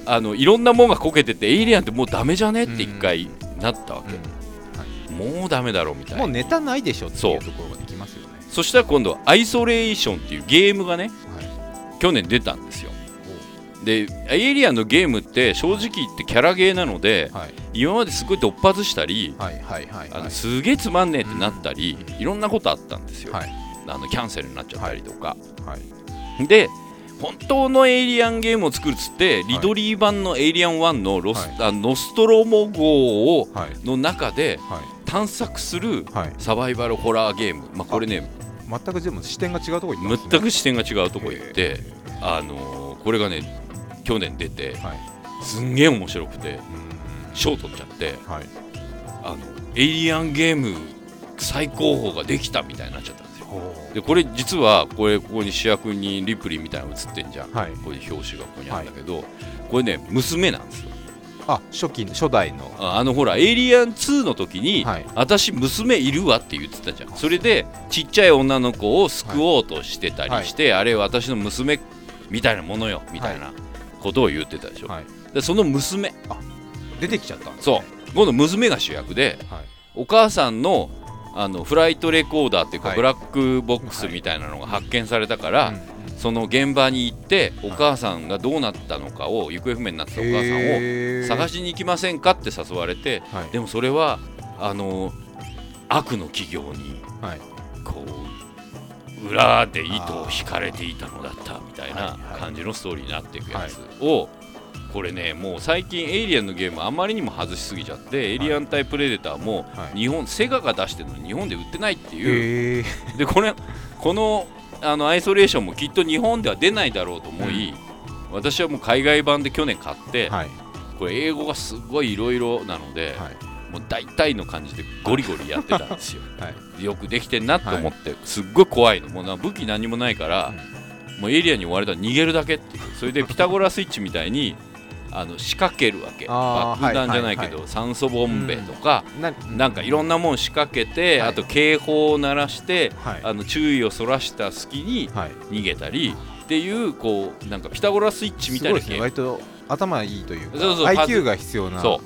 あのいろんなもんがこけててエイリアンってもうダメじゃねって一回なったわけ、うんうんはい、もうダメだろみたいな、 もうネタないでしょっていうところができますよね。 そしたら今度アイソレーションっていうゲームがね、はい、去年出たんですよ。でエイリアンのゲームって正直言ってキャラゲーなので、はい、今まですごいドッパズしたり、はいはいはいはい、あのすげえつまんねえってなったり、うん、いろんなことあったんですよ、はい、あのキャンセルになっちゃったりとか、はいはい、で本当のエイリアンゲームを作るっつってリドリー版のエイリアンワンのロス、はい、あノストロモ号を、はい、の中で探索するサバイバルホラーゲーム、まあ、これね全く全部視点が違うとこ行ってますね。 全く視点が違うとこ行って、あのー、これがね去年出て、はい、すんげえ面白くて賞取っちゃって、はい、あのエイリアンゲーム最高峰ができたみたいになっちゃったんですよ。でこれ実はこれここに主役にリプリーみたいなの映ってんじゃん、はい、これ表紙がここにあるんだけど、はい、これね娘なんですよ。 あ初期初代のあ, あのほらエイリアンツーの時に、はい、私娘いるわって言ってたじゃん。それでちっちゃい女の子を救おうとしてたりして、はい、あれ私の娘みたいなものよみたいな、はいことを言ってたでしょ、はい、でその娘あ出てきちゃったんですね。 そう今度娘が主役で、はい、お母さん の, あのフライトレコーダーっていうか、はい、ブラックボックスみたいなのが発見されたから、はい、その現場に行ってお母さんがどうなったのかを行方不明になったお母さんを探しに行きませんかって誘われて、はい、でもそれはあの悪の企業に、はい、こう裏で糸を引かれていたのだったみたいな感じのストーリーになっていくやつを、これねもう最近エイリアンのゲームあまりにも外しすぎちゃって、エイリアン対プレデターも日本セガが出してるのに日本で売ってないっていうでこれこのあのアイソレーションもきっと日本では出ないだろうと思い、私はもう海外版で去年買って、これ英語がすごいいろいろなのでもう大体の感じでゴリゴリやってたんですよ、はい、よくできてんなと思って、はい、すっごい怖いの。もうな武器何もないから、うん、もうエイリアンに追われたら逃げるだけっていう。それでピタゴラスイッチみたいにあの仕掛けるわけ。爆弾じゃないけど、はいはいはい、酸素ボンベとか、うん、な, なんかいろんなもん仕掛けて、はい、あと警報を鳴らして、はい、あの注意をそらした隙に逃げたり、はい、っていうこうなんかピタゴラスイッチみたいなゲーム。 すごいですね、割と頭いいというかそうそう アイキュー が必要な。 そう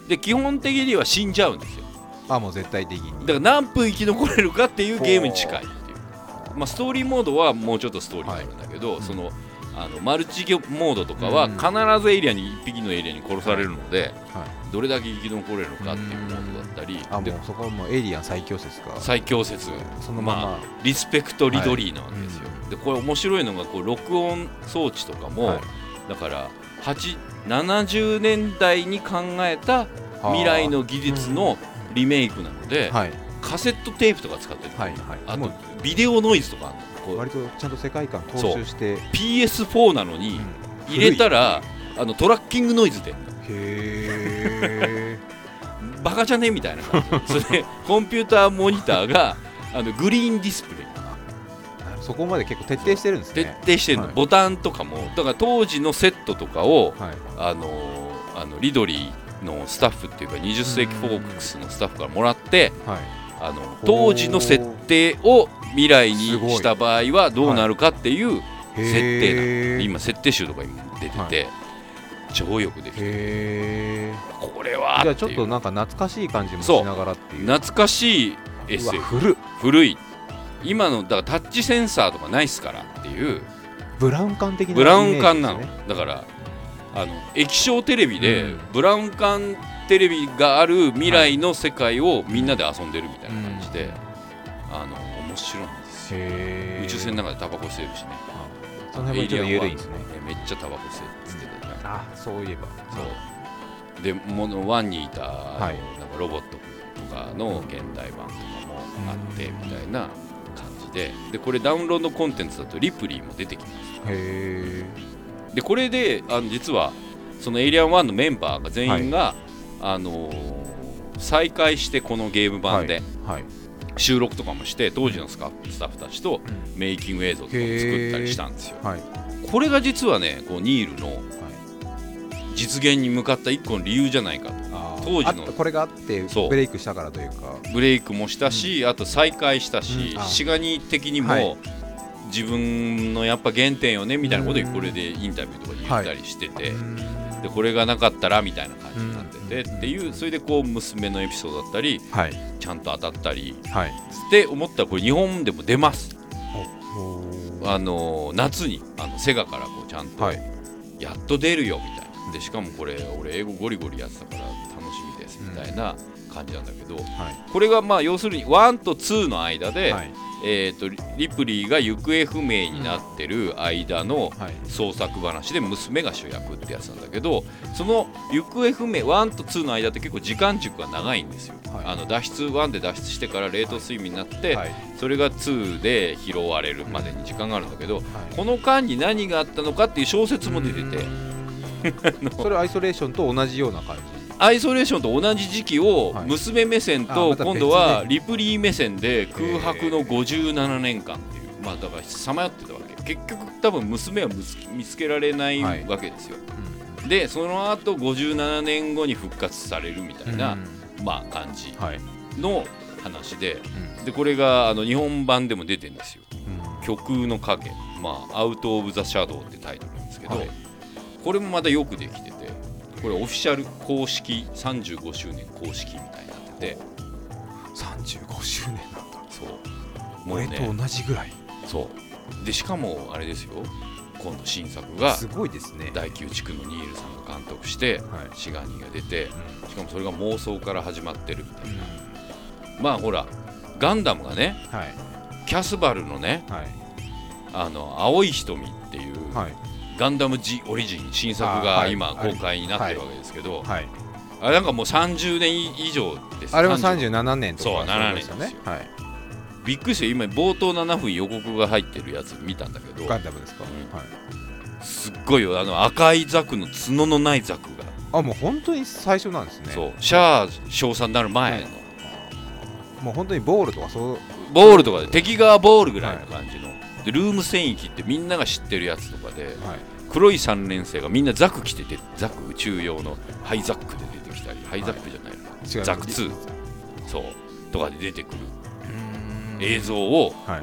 で基本的には死んじゃうんですよ。 あもう絶対的にだから何分生き残れるかっていうゲームに近いっていう、まあ、ストーリーモードはもうちょっとストーリーがあるんだけど、はい、そのあのマルチモードとかは必ずエリアにいっぴきのエリアに殺されるので、はいはい、どれだけ生き残れるかっていうモードだったり、 あもうそこはもうエイリアン最強説か最強説、 そのまま、 まあ、リスペクトリドリーなわけですよ、はい、でこれ面白いのがこう録音装置とかも、はい、だからななじゅうねんだいに考えた未来の技術のリメイクなので、はい、カセットテープとか使ってる、はいはい、あとビデオノイズとかあるの、こう割とちゃんと世界観踏襲してピーエスフォー なのに入れたら、うん、あのトラッキングノイズでへーバカじゃねみたいな感じそれでコンピューターモニターがあのグリーンディスプレイ、 そこまで結構徹底してるんですね。 徹底してるの、はい、ボタンとかもだから当時のセットとかを、はい、あのあのリドリーのスタッフっていうかにじゅっせいきフォークスのスタッフからもらって、はい、あの当時の設定を未来にした場合はどうなるかっていう設定なの、はい、今設定集とか今出てて、はい、超よくできてる。これはじゃあちょっとなんか懐かしい感じもしながらっていう、 懐かしい エスエフ古, 古い今のだからタッチセンサーとかないっすからっていうブラウン管的なイメージですね。 ブラウン管なのだからあの液晶テレビでブラウン管テレビがある未来の世界をみんなで遊んでるみたいな感じで、はい、あの面白いんですよ。宇宙船の中でタバコ吸えるしね。 その辺もちょっと緩いんですね。 めっちゃタバコ吸えって言ってたじゃん。 あそういえばそうでものワンにいた、はい、なんかロボットとかの現代版とかもあってみたいな感じで、でこれダウンロードコンテンツだとリプリーも出てきます。 へー。 でこれであの実はそのエイリアンワンのメンバーが全員が、はい、あのー、再会してこのゲーム版で収録とかもして当時のスタッフたちとメイキング映像とかも作ったりしたんですよ、はい、これが実はねこうニールの実現に向かった一個の理由じゃないかと。当時のこれがあってブレイクしたからというかブレイクもしたし、うん、あと再会したし、うん、シガニ的にも、はい、自分のやっぱ原点よねみたいなことをこれでインタビューとかで言ったりしてて、はい、でこれがなかったらみたいな感じになってて、うん、っていうそれでこう娘のエピソードだったり、はい、ちゃんと当たったり、はい、って思ったらこれ日本でも出ます。あの夏にあのセガからこうちゃんとやっと出るよみたいな。でしかもこれ俺英語ゴリゴリやってたから楽しみですみたいな感じなんだけど、うんはい、これがまあ要するにワンとツーの間で、はい、えー、とリプリーが行方不明になってる間の創作話で娘が主役ってやつなんだけど、その行方不明ワンとツーの間って結構時間軸が長いんですよ、はい、あの脱出ワンで脱出してから冷凍睡眠になって、はい、それがツーで拾われるまでに時間があるんだけど、はい、この間に何があったのかっていう小説も出ててそれアイソレーションと同じような感じ。 アイソレーションと同じ時期を娘目線と今度はリプリー目線で空白のごじゅうななねんかんっていう、まあだからさまよってたわけ。結局多分娘は見つけられないわけですよ、はい、でその後ごじゅうななねんごに復活されるみたいな、うん、まあ感じの話で、うん、でこれがあの日本版でも出てるんですよ、うん、虚空の影、まあアウトオブザシャドウってタイトルなんですけど、はい、これもまたよくできてて、これオフィシャル公式さんじゅうごしゅうねん公式みたいになってて、 さんじゅうごしゅうねんなんだ。 そうもう、ね、俺と同じぐらい。 そうでしかもあれですよ、今度新作がすごいですね。 第きゅう地区のニールさんが監督して、はい、シガニーが出て、うん、しかもそれが妄想から始まってるみたいな、うん、まあほらガンダムがね、はい、キャスバルのね、はい、あの青い瞳っていう、はい、ガンダム G オリジン新作が今公開になってるわけですけど、はいはい、あれなんかもうさんじゅうねん以上です。 あれもさんじゅうななねんとかそうななねんですよね、はい、びっくりして今冒頭ななふん予告が入ってるやつ見たんだけど、 ガンダムですか、 うんはい、すっごいよ、あの赤いザクの角のないザクがあもう本当に最初なんですね。 そうシャア少佐になる前の、はい、 もう本当にボールとかそうボールとかで敵側ボールぐらいの感じの、はい、でルーム戦域ってみんなが知ってるやつとかで、はい、黒いさん連星がみんなザク着てて、ザク宇宙用のハイザックで出てきたり、ハイザックじゃないのか、はい、ザクツーそうとかで出てくる映像を、はい、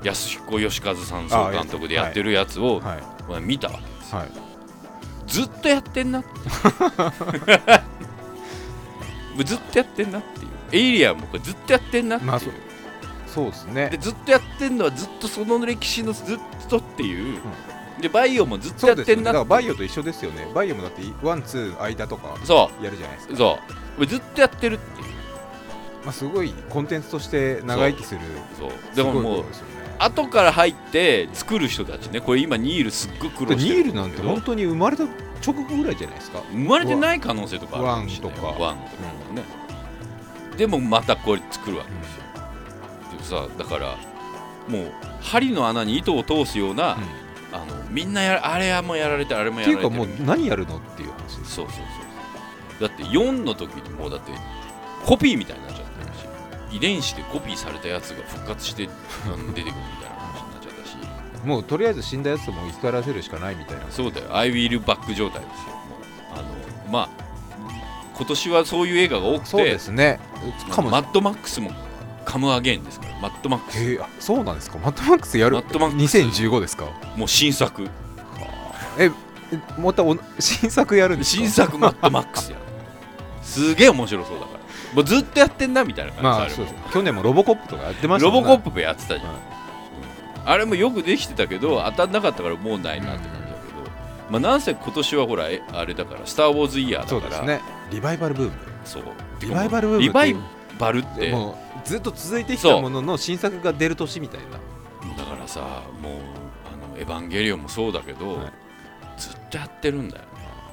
安彦義和さん総監督でやってるやつを、はいまあ、見たわけですよ、はい、ずっとやってんなってずっとやってんなっていう、エイリアンもこれずっとやってんなっていう、まあ、そ, そうですね。 でずっとやってんのはずっとその歴史のずっとっていう、うん、でバイオもずっとやってんなっていう、ね、だからバイオと一緒ですよね。バイオもだってワンツー間とかやるじゃないですか。 そうずっとやってるっていう、 まあ、すごいコンテンツとして長生きする。 そうそうでももう後から入って作る人たちね、これ今ニールすっごく苦労してる。 ニールなんて本当に生まれた直後ぐらいじゃないですか。 生まれてない可能性とかあるワンとかワンとかね、うん、でもまたこれ作るわけですよ、うん、でさだからもう針の穴に糸を通すような、うん、あのみんなやあれもやられてあれもやられてるっていうかもう何やるのっていう話です。 そうそうそうだってよんの時にもうだってコピーみたいになっちゃってるし、遺伝子でコピーされたやつが復活して出てくるみたいな話になっちゃったしもうとりあえず死んだやつも生き返らせるしかないみたいな。 そうだよ、アイウィルバック状態ですよ。もうあのまあ今年はそういう映画が多くて、 そうですね。 かもマッドマックスもカムアゲインですから、マッドマックス。 へえ、あ、そうなんですか。マッドマックスやる。 マッドマックスにせんじゅうごですか。 もう新作。 え、またお新作やるんですか。 新作マッドマックスやる。すげえ面白そうだから。もうずっとやってんなみたいな感じ。 まあそうです。去年もロボコップとかやってましたね。ロボコップやってたじゃん。はい、うん、あれもよくできてたけど当たんなかったからもうないなって感じだけど、うん、まあなんせ今年はほらあれだからスターウォーズイヤーだから。 そうですね。リバイバルブーム。 そう。 リバイバルブーム。 リバイバルってもうずっと続いてきたものの新作が出る年みたいな。 だからさ、もうあのエヴァンゲリオンもそうだけど、はい、ずっとやってるんだよね。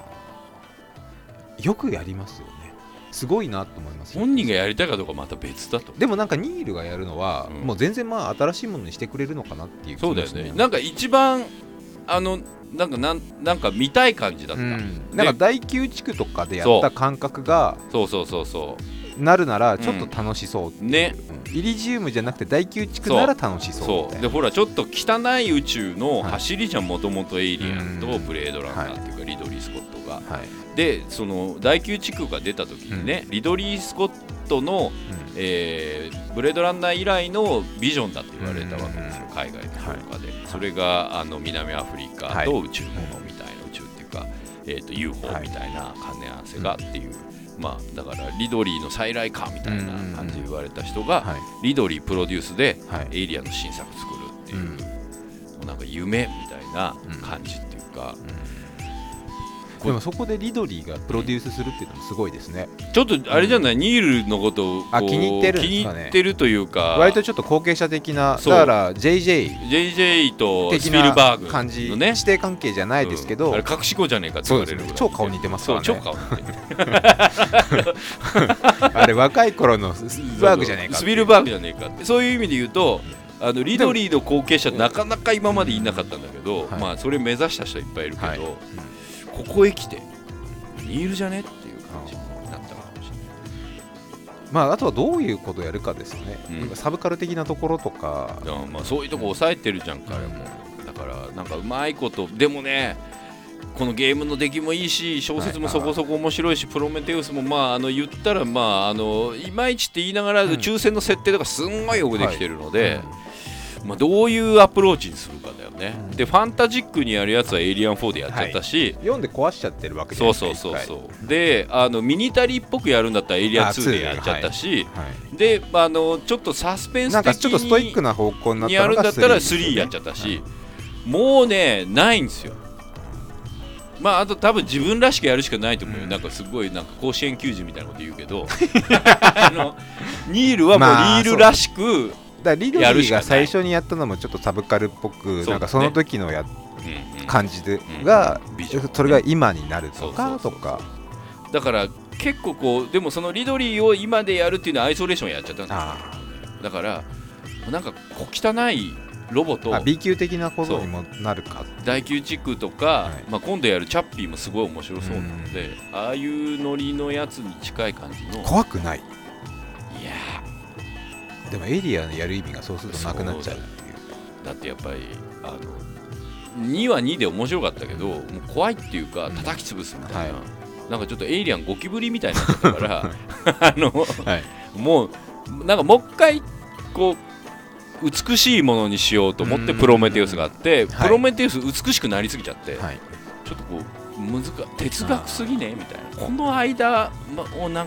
よくやりますよね。すごいなと思います。 本人がやりたいかどうかまた別だと。 でもなんかニールがやるのは、うん、もう全然まあ新しいものにしてくれるのかなっていう気がしますね。 そうだよね。なんか一番あのなんかなんなんか見たい感じだった。うん、 なんか第きゅう地区とかでやった感覚がそうそうそうそうなるならちょっと楽しそうっていう、うん、ね、イリジウムじゃなくて第きゅう地区なら楽しそうみたいな。 そうでほらちょっと汚い宇宙の走りじゃん、もともとエイリアンとブレードランナーっていうか、はい、リドリー・スコットが、はい、でその第きゅう地区が出た時にね、うん、リドリー・スコットの、うん、えー、ブレードランナー以来のビジョンだって言われたわけですよ、うん、海外の評価で、はい、それがあの南アフリカと宇宙ものみたいな、宇宙っていうか、えー、と ユーフォー みたいな兼ね合わせがっていう、うん、まあ、だからリドリーの再来かみたいな感じで言われた人が、はい、リドリープロデュースでエイリアンの新作作るっていう、うん、もうなんか夢みたいな感じっていうか、うんうん、でもそこでリドリーがプロデュースするっていうのもすごいですね。 ちょっとあれじゃない、うん、ニールのことをあ気に入ってるんですかね。 気に入ってるというか割とちょっと後継者的な、だから ジェイジェイジェイジェイ とスピルバーグの感じ、ね、師弟関係じゃないですけど、 うん、あれ隠し子じゃねえかって言われるぐらい、 超顔似てますからね。 そう超顔似てるあれ若い頃のスピルバーグじゃねえかスピルバーグじゃねえかって、そういう意味で言うとあのリドリーの後継者なかなか今までいなかったんだけど、はい、まあそれ目指した人はいっぱいいるけど、はい、うん、ここへ来てニールじゃねっていう感じになったかもしれない。 まああとはどういうことをやるかですよね、うん、サブカル的なところとか、 まあそういうとこ抑えてるじゃん彼も、だからなんかうまいこと、でもねこのゲームの出来もいいし小説もそこそこ面白いし、はい、プロメテウスもまああの言ったらまああのいまいちって言いながら宇宙船の設定とかすんごいよくできてるので、はい、まあ、どういうアプローチにするかだよね、うん、でファンタジックにやるやつはエイリアンフォーでやっちゃったし、はい、 読んで壊しちゃってるわけじゃないですか。 そうそうそうそうであのミニタリーっぽくやるんだったらエイリアンツーでやっちゃったし、はいはい、であのちょっとサスペンス的になんかちょっとストイックな方向になったのがやるんだったらスリーやっちゃったし、はい、もうねないんですよ。まあ、あと多分自分らしくやるしかないと思うよ、うん、なんかすごいなんか甲子園球児みたいなこと言うけどあのニールはもうリールらしくだリドリーが最初にやったのもちょっとサブカルっぽく、なんかその時のや、うんうん、感じでが、うんうん、それが今になるとかとか、 だから結構こうでもそのリドリーを今でやるっていうのはアイソレーションやっちゃったんですよ。だからなんか小汚いロボと B 級的なことにもなるか、 第きゅう地区とか、はい、まあ、今度やるチャッピーもすごい面白そうなので、うん、ああいうノリのやつに近い感じの怖くない。いやでもエイリアンやる意味がそうするとなくなっちゃうっていう。 だってやっぱりあのにはにで面白かったけど、もう怖いっていうか叩き潰すみたいな、うん、はい、なんかちょっとエイリアンゴキブリみたいになっちゃったからあの、はい、もうなんかもう一回こう美しいものにしようと思ってプロメテウスがあって、プロメテウス美しくなりすぎちゃって、はい、ちょっとこう難哲学すぎねみたいな、この間をなんか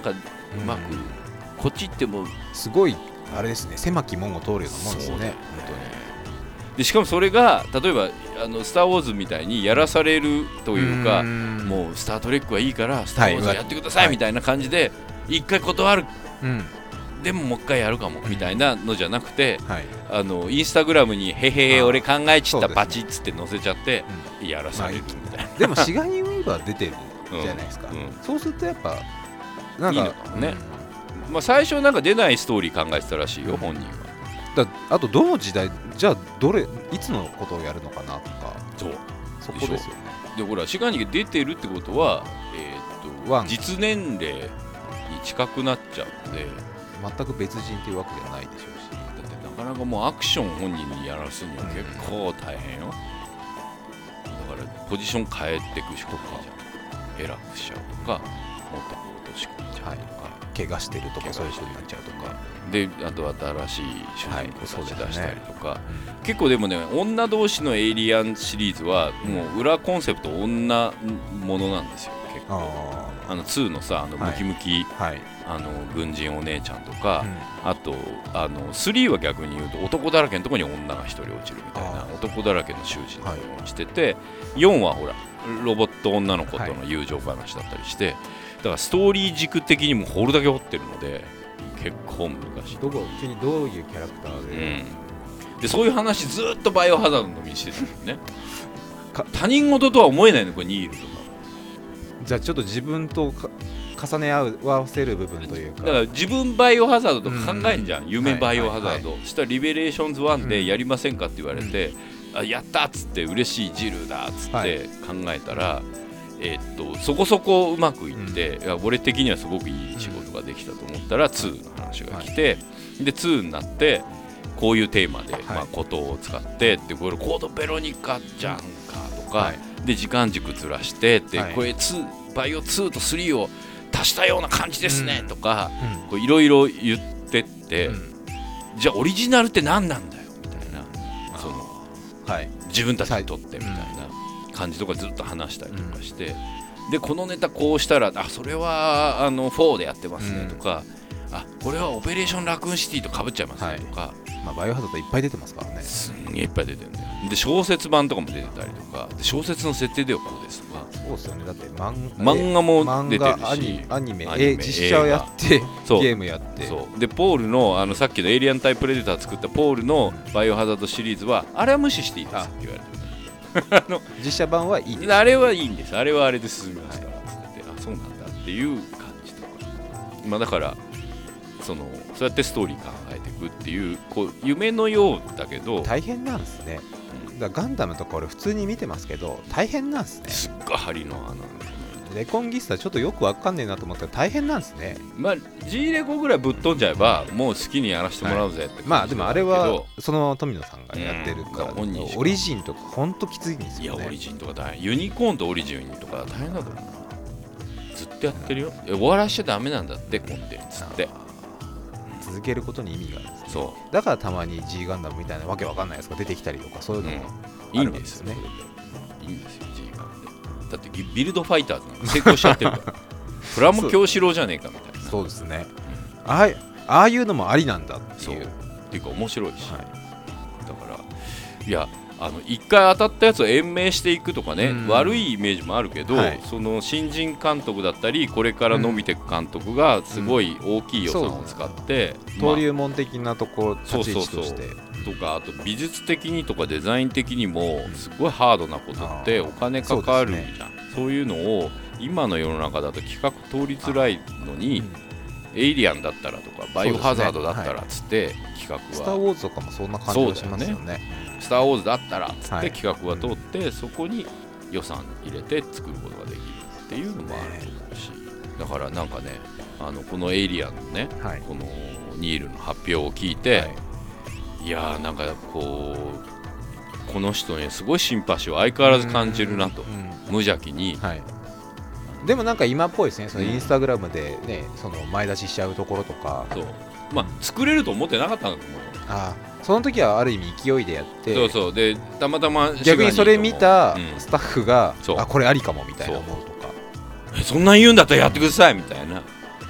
うまくこっち行ってもすごいあれですね、狭き門を通るようなもんですよね。本当にでしかもそれが例えばあのスター・ウォーズみたいにやらされるというか、うもうスター・トレックはいいからスター・ウォーズやってくださいみたいな感じで一回断る、うん、でももう一回やるかもみたいなのじゃなくて、はい、あのインスタグラムにへへへ俺考えちったバチッつって載せちゃって、うん、やらされるみたいな、まあ、 でもシガニー・ウィーバー出てるじゃないですか、うんうん、そうするとやっぱなんかいいのかもね、 うん、まあ、最初なんか出ないストーリー考えてたらしいよ、うん、本人は。 だあとどの時代じゃあどれいつのことをやるのかなとか、 そうそこですよね。 でほらシガニーが出てるってことは、えー、っと実年齢に近くなっちゃうんで全く別人っていうわけではないでしょうし、 だってなかなかもうアクション本人にやらすには結構大変よ、うん、だからポジション変えていくしかないじゃん。偉くしちゃうとかもっと落とし込んじゃうとか、はい、 怪我してるとかそういう人になっちゃうとかで、あと新しい主人公たち出したりとか、はいね、結構でもね女同士のエイリアンシリーズはもう裏コンセプト女ものなんですよ結構。ああのツーのさあのムキムキ、はい、あの軍人お姉ちゃんとか、うん、あとあのスリーは逆に言うと男だらけのところに女が一人落ちるみたいな男だらけの囚人のところに落ちてて、はい、よんはほらロボット女の子との友情話だったりして、はい、だからストーリー軸的にも掘るだけ掘ってるので結構難しい。 どこうちにどういうキャラクターで、 うん、でそういう話ずっとバイオハザードの時にしてたもんね他人事とは思えないのこれニールとか。 じゃあちょっと自分と重ね合わせる部分というか、 だから自分バイオハザードとか考えんじゃん、うん、夢バイオハザード、はいはいはい、したらリベレーションズワンでやりませんかって言われて、うん、あやったっつって嬉しいジルだっつって考えたら、はい、えー、っとそこそこうまくいって、うん、いや俺的にはすごくいい仕事ができたと思ったらツーの話が来て、はい、でツーになってこういうテーマで、はい、まあ、ことを使ってでこれコードベロニカじゃんかとか、はい、で時間軸ずらしてで、はい、これツーバイオツーとスリーを足したような感じですね、うん、とかいろいろ言ってって、うん、じゃあオリジナルって何なんだよみたいな、その、はい、自分たちにとってみたいな感じとかずっと話したりとかして、うん、でこのネタこうしたらあそれはあのフォーでやってますねとか、うん、あこれはオペレーションラクーンシティとかぶっちゃいますねとか、はい、 まあ、バイオハザードいっぱい出てますからね。 すんげえいっぱい出てるんだよ。で小説版とかも出てたりとかで小説の設定ではこうですとか、 そうですよね。だって漫漫画も出てるし漫画アニメ、アニメ実写をやってゲームやってそうでポールのあのさっきのエイリアン対プレデター作ったポールのバイオハザードシリーズはあれは無視していいですって言われてるあの実写版はいいです。 あれはいいんです。あれはあれで進みますから、はい、つってあそうなんだっていう感じとか、まあだからそのそうやってストーリー考えていくっていうこう夢のようだけど大変なんですね。だガンダムとか俺普通に見てますけど大変なんですね。 すっごい針の穴レコンギスタちょっとよくわかんねえなと思ったら大変なんですね。 まあ G レコぐらいぶっ飛んじゃえばもう好きにやらせてもらうぜって、はい、 まあでもあれはその富野さんがやってるから、うん、オリジンとかほんときついんですよね。 いやオリジンとか大変ユニコーンとオリジンとか大変だと思うな。ずっとやってるよ、うん、終わらしちゃダメなんだってコンテンツって続けることに意味があるんです、ね、 そうだからたまに G ガンダムみたいなわけわかんないやつが出てきたりとかそういうのもあるんですよね、 うん、いいんですよ G ガンダムだってビルドファイターズなんか成功しちゃってるからプラモ京志郎じゃねえかみたいな。 そうですね、うん、あ, ああいうのもありなんだっていうっていうか面白いし、はい、だからいやあの一回当たったやつを延命していくとかね、うん、悪いイメージもあるけど、はい、その新人監督だったりこれから伸びていく監督がすごい大きい予算を使って、 うんうん、登竜門的なところ立ち位置としてとかあと美術的にとかデザイン的にもすごいハードなことってお金かかるじゃん、 そうですね、そういうのを今の世の中だと企画通りづらいのに、うん、エイリアンだったらとかバイオハザードだったらっつって企画は、 スター・ウォーズとかもそんな感じがしますよね。 スター・ウォーズだったらっつって企画は通って、はい、そこに予算入れて作ることができるっていうのもあると思うし、だからなんかねあのこのエイリアンのね、はい、このニールの発表を聞いて、はい、いやーなんかこうこの人にすごいシンパシーを相変わらず感じるなと、無邪気に、はい、 でもなんか今っぽいですね。そのインスタグラムでね、うん、その前出ししちゃうところとか、 そうまあ作れると思ってなかったんだと思う。 ああその時はある意味勢いでやってそうそうでたまたま逆にそれ見たスタッフが、うん、あこれありかもみたいな思うとか、 そんなん言うんだったらやってくださいみたいな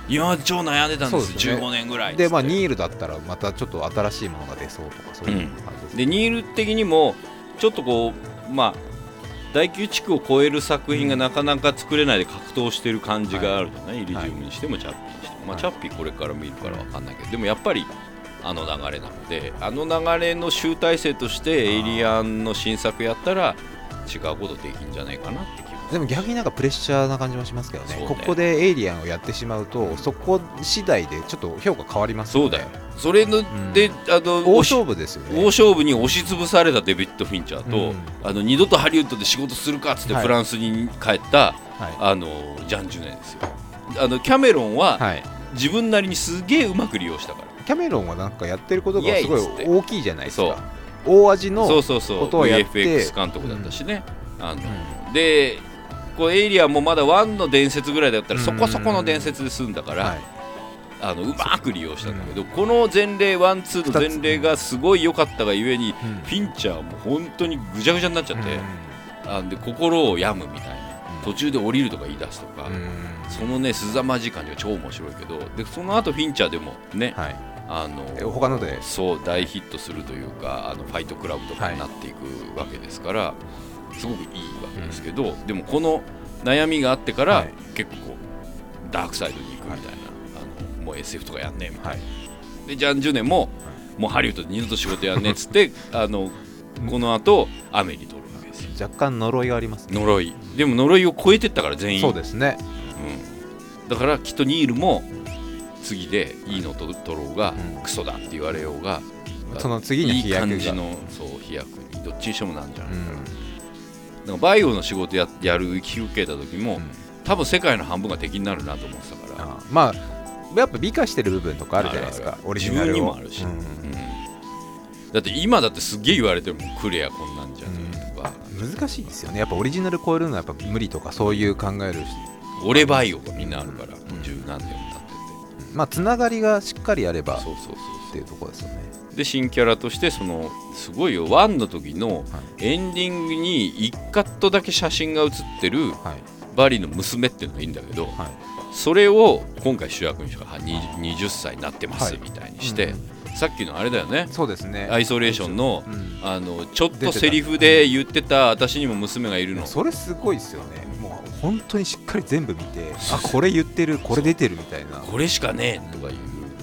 今まで超悩んでたんです、 そうですね、 じゅうごねんぐらいで、まあ、ニールだったらまたちょっと新しいものが出そうとかそういう感じです、 うん、でニール的にもちょっとこうまあ第きゅう地区を超える作品がなかなか作れないで格闘してる感じがあるじゃない、はい、イリジウムにしてもチャッピーにしても、まあ、チャッピーこれから見るから分かんないけど、でもやっぱりあの流れなので、あの流れの集大成としてエイリアンの新作やったら違うことできるんじゃないかなって気が。 でも逆になんかプレッシャーな感じもしますけど ね, ねここでエイリアンをやってしまうとそこ次第でちょっと評価変わりますよね。 そうだよ、それの、うん、であの大勝負ですよね。 大勝負に押しつぶされたデビッド・フィンチャーと、 うん、 あの二度とハリウッドで仕事するかっつってフランスに帰った、はい、あのジャン・ジュネですよ。あのキャメロンは、はい、自分なりにすげえうまく利用したから。 キャメロンはなんかやってることがすごい大きいじゃないですか。大味のことをやって、 そうそうそう ブイエフエックス 監督だったしね、うん、あのうん、でこうエイリアンもまだワンの伝説ぐらいだったらそこそこの伝説で済んだから、はい、あのうまく利用したんだけど、うん、この前例ワンツーの前例がすごい良かったがゆえに、うん、フィンチャーも本当にぐちゃぐちゃになっちゃって、うん、あで心を病むみたいな、うん、途中で降りるとか言い出すとか、うん、そのねすざまじい感じが超面白いけど、でその後フィンチャーでもね、はい、あの他のでそう大ヒットするというか、あのファイトクラブとかになっていくわけですから、はい、すごくいいわけですけど、うん、でもこの悩みがあってから、はい、結構ダークサイドに行くみたいな、はい、あのもう エスエフ とかやんねえみたいな、はい、でジャン・ジュネも、はい、もうハリウッドで二度と仕事やんねえっつってあのこの後アメリ取るわけですよ。 若干呪いがありますね。 呪いでも呪いを超えてったから全員。 そうですね、 うん、だからきっとニールも次でいいのと取ろうが、うん、クソだって言われようが、 その次に飛躍がいい感じのそう飛躍にどっちにしてもなんじゃないかな、うん、だからバイオの仕事 や, やる引き受けた時も、うん、多分世界の半分が敵になるなと思ってたから、 あまあやっぱ美化してる部分とかあるじゃないですか。オリジナルを自分にもあるし、うんうん、だって今だってすっげえ言われてるもん、クレアこんなんじゃんとか、 うん、難しいですよね。やっぱオリジナル超えるのはやっぱ無理とかそういう考える俺バイオがみんなあるから、うん、十何年も経ってて、 まあつながりがしっかりあればそうそうそうっていうところですよね。 で新キャラとしてそのすごいよ、ワンの時のエンディングにいちカットだけ写真が写ってるバリの娘っていうのがいいんだけど、はい、それを今回主役にしたからはたちになってますみたいにして、はい、うん、さっきのあれだよね、 そうですね、 アイソレーション の,、うん、あのちょっとセリフで言ってた私にも娘がいるの、 それすごいですよね。もう本当にしっかり全部見て、あこれ言ってるこれ出てるみたいな、 これしかねえとかいう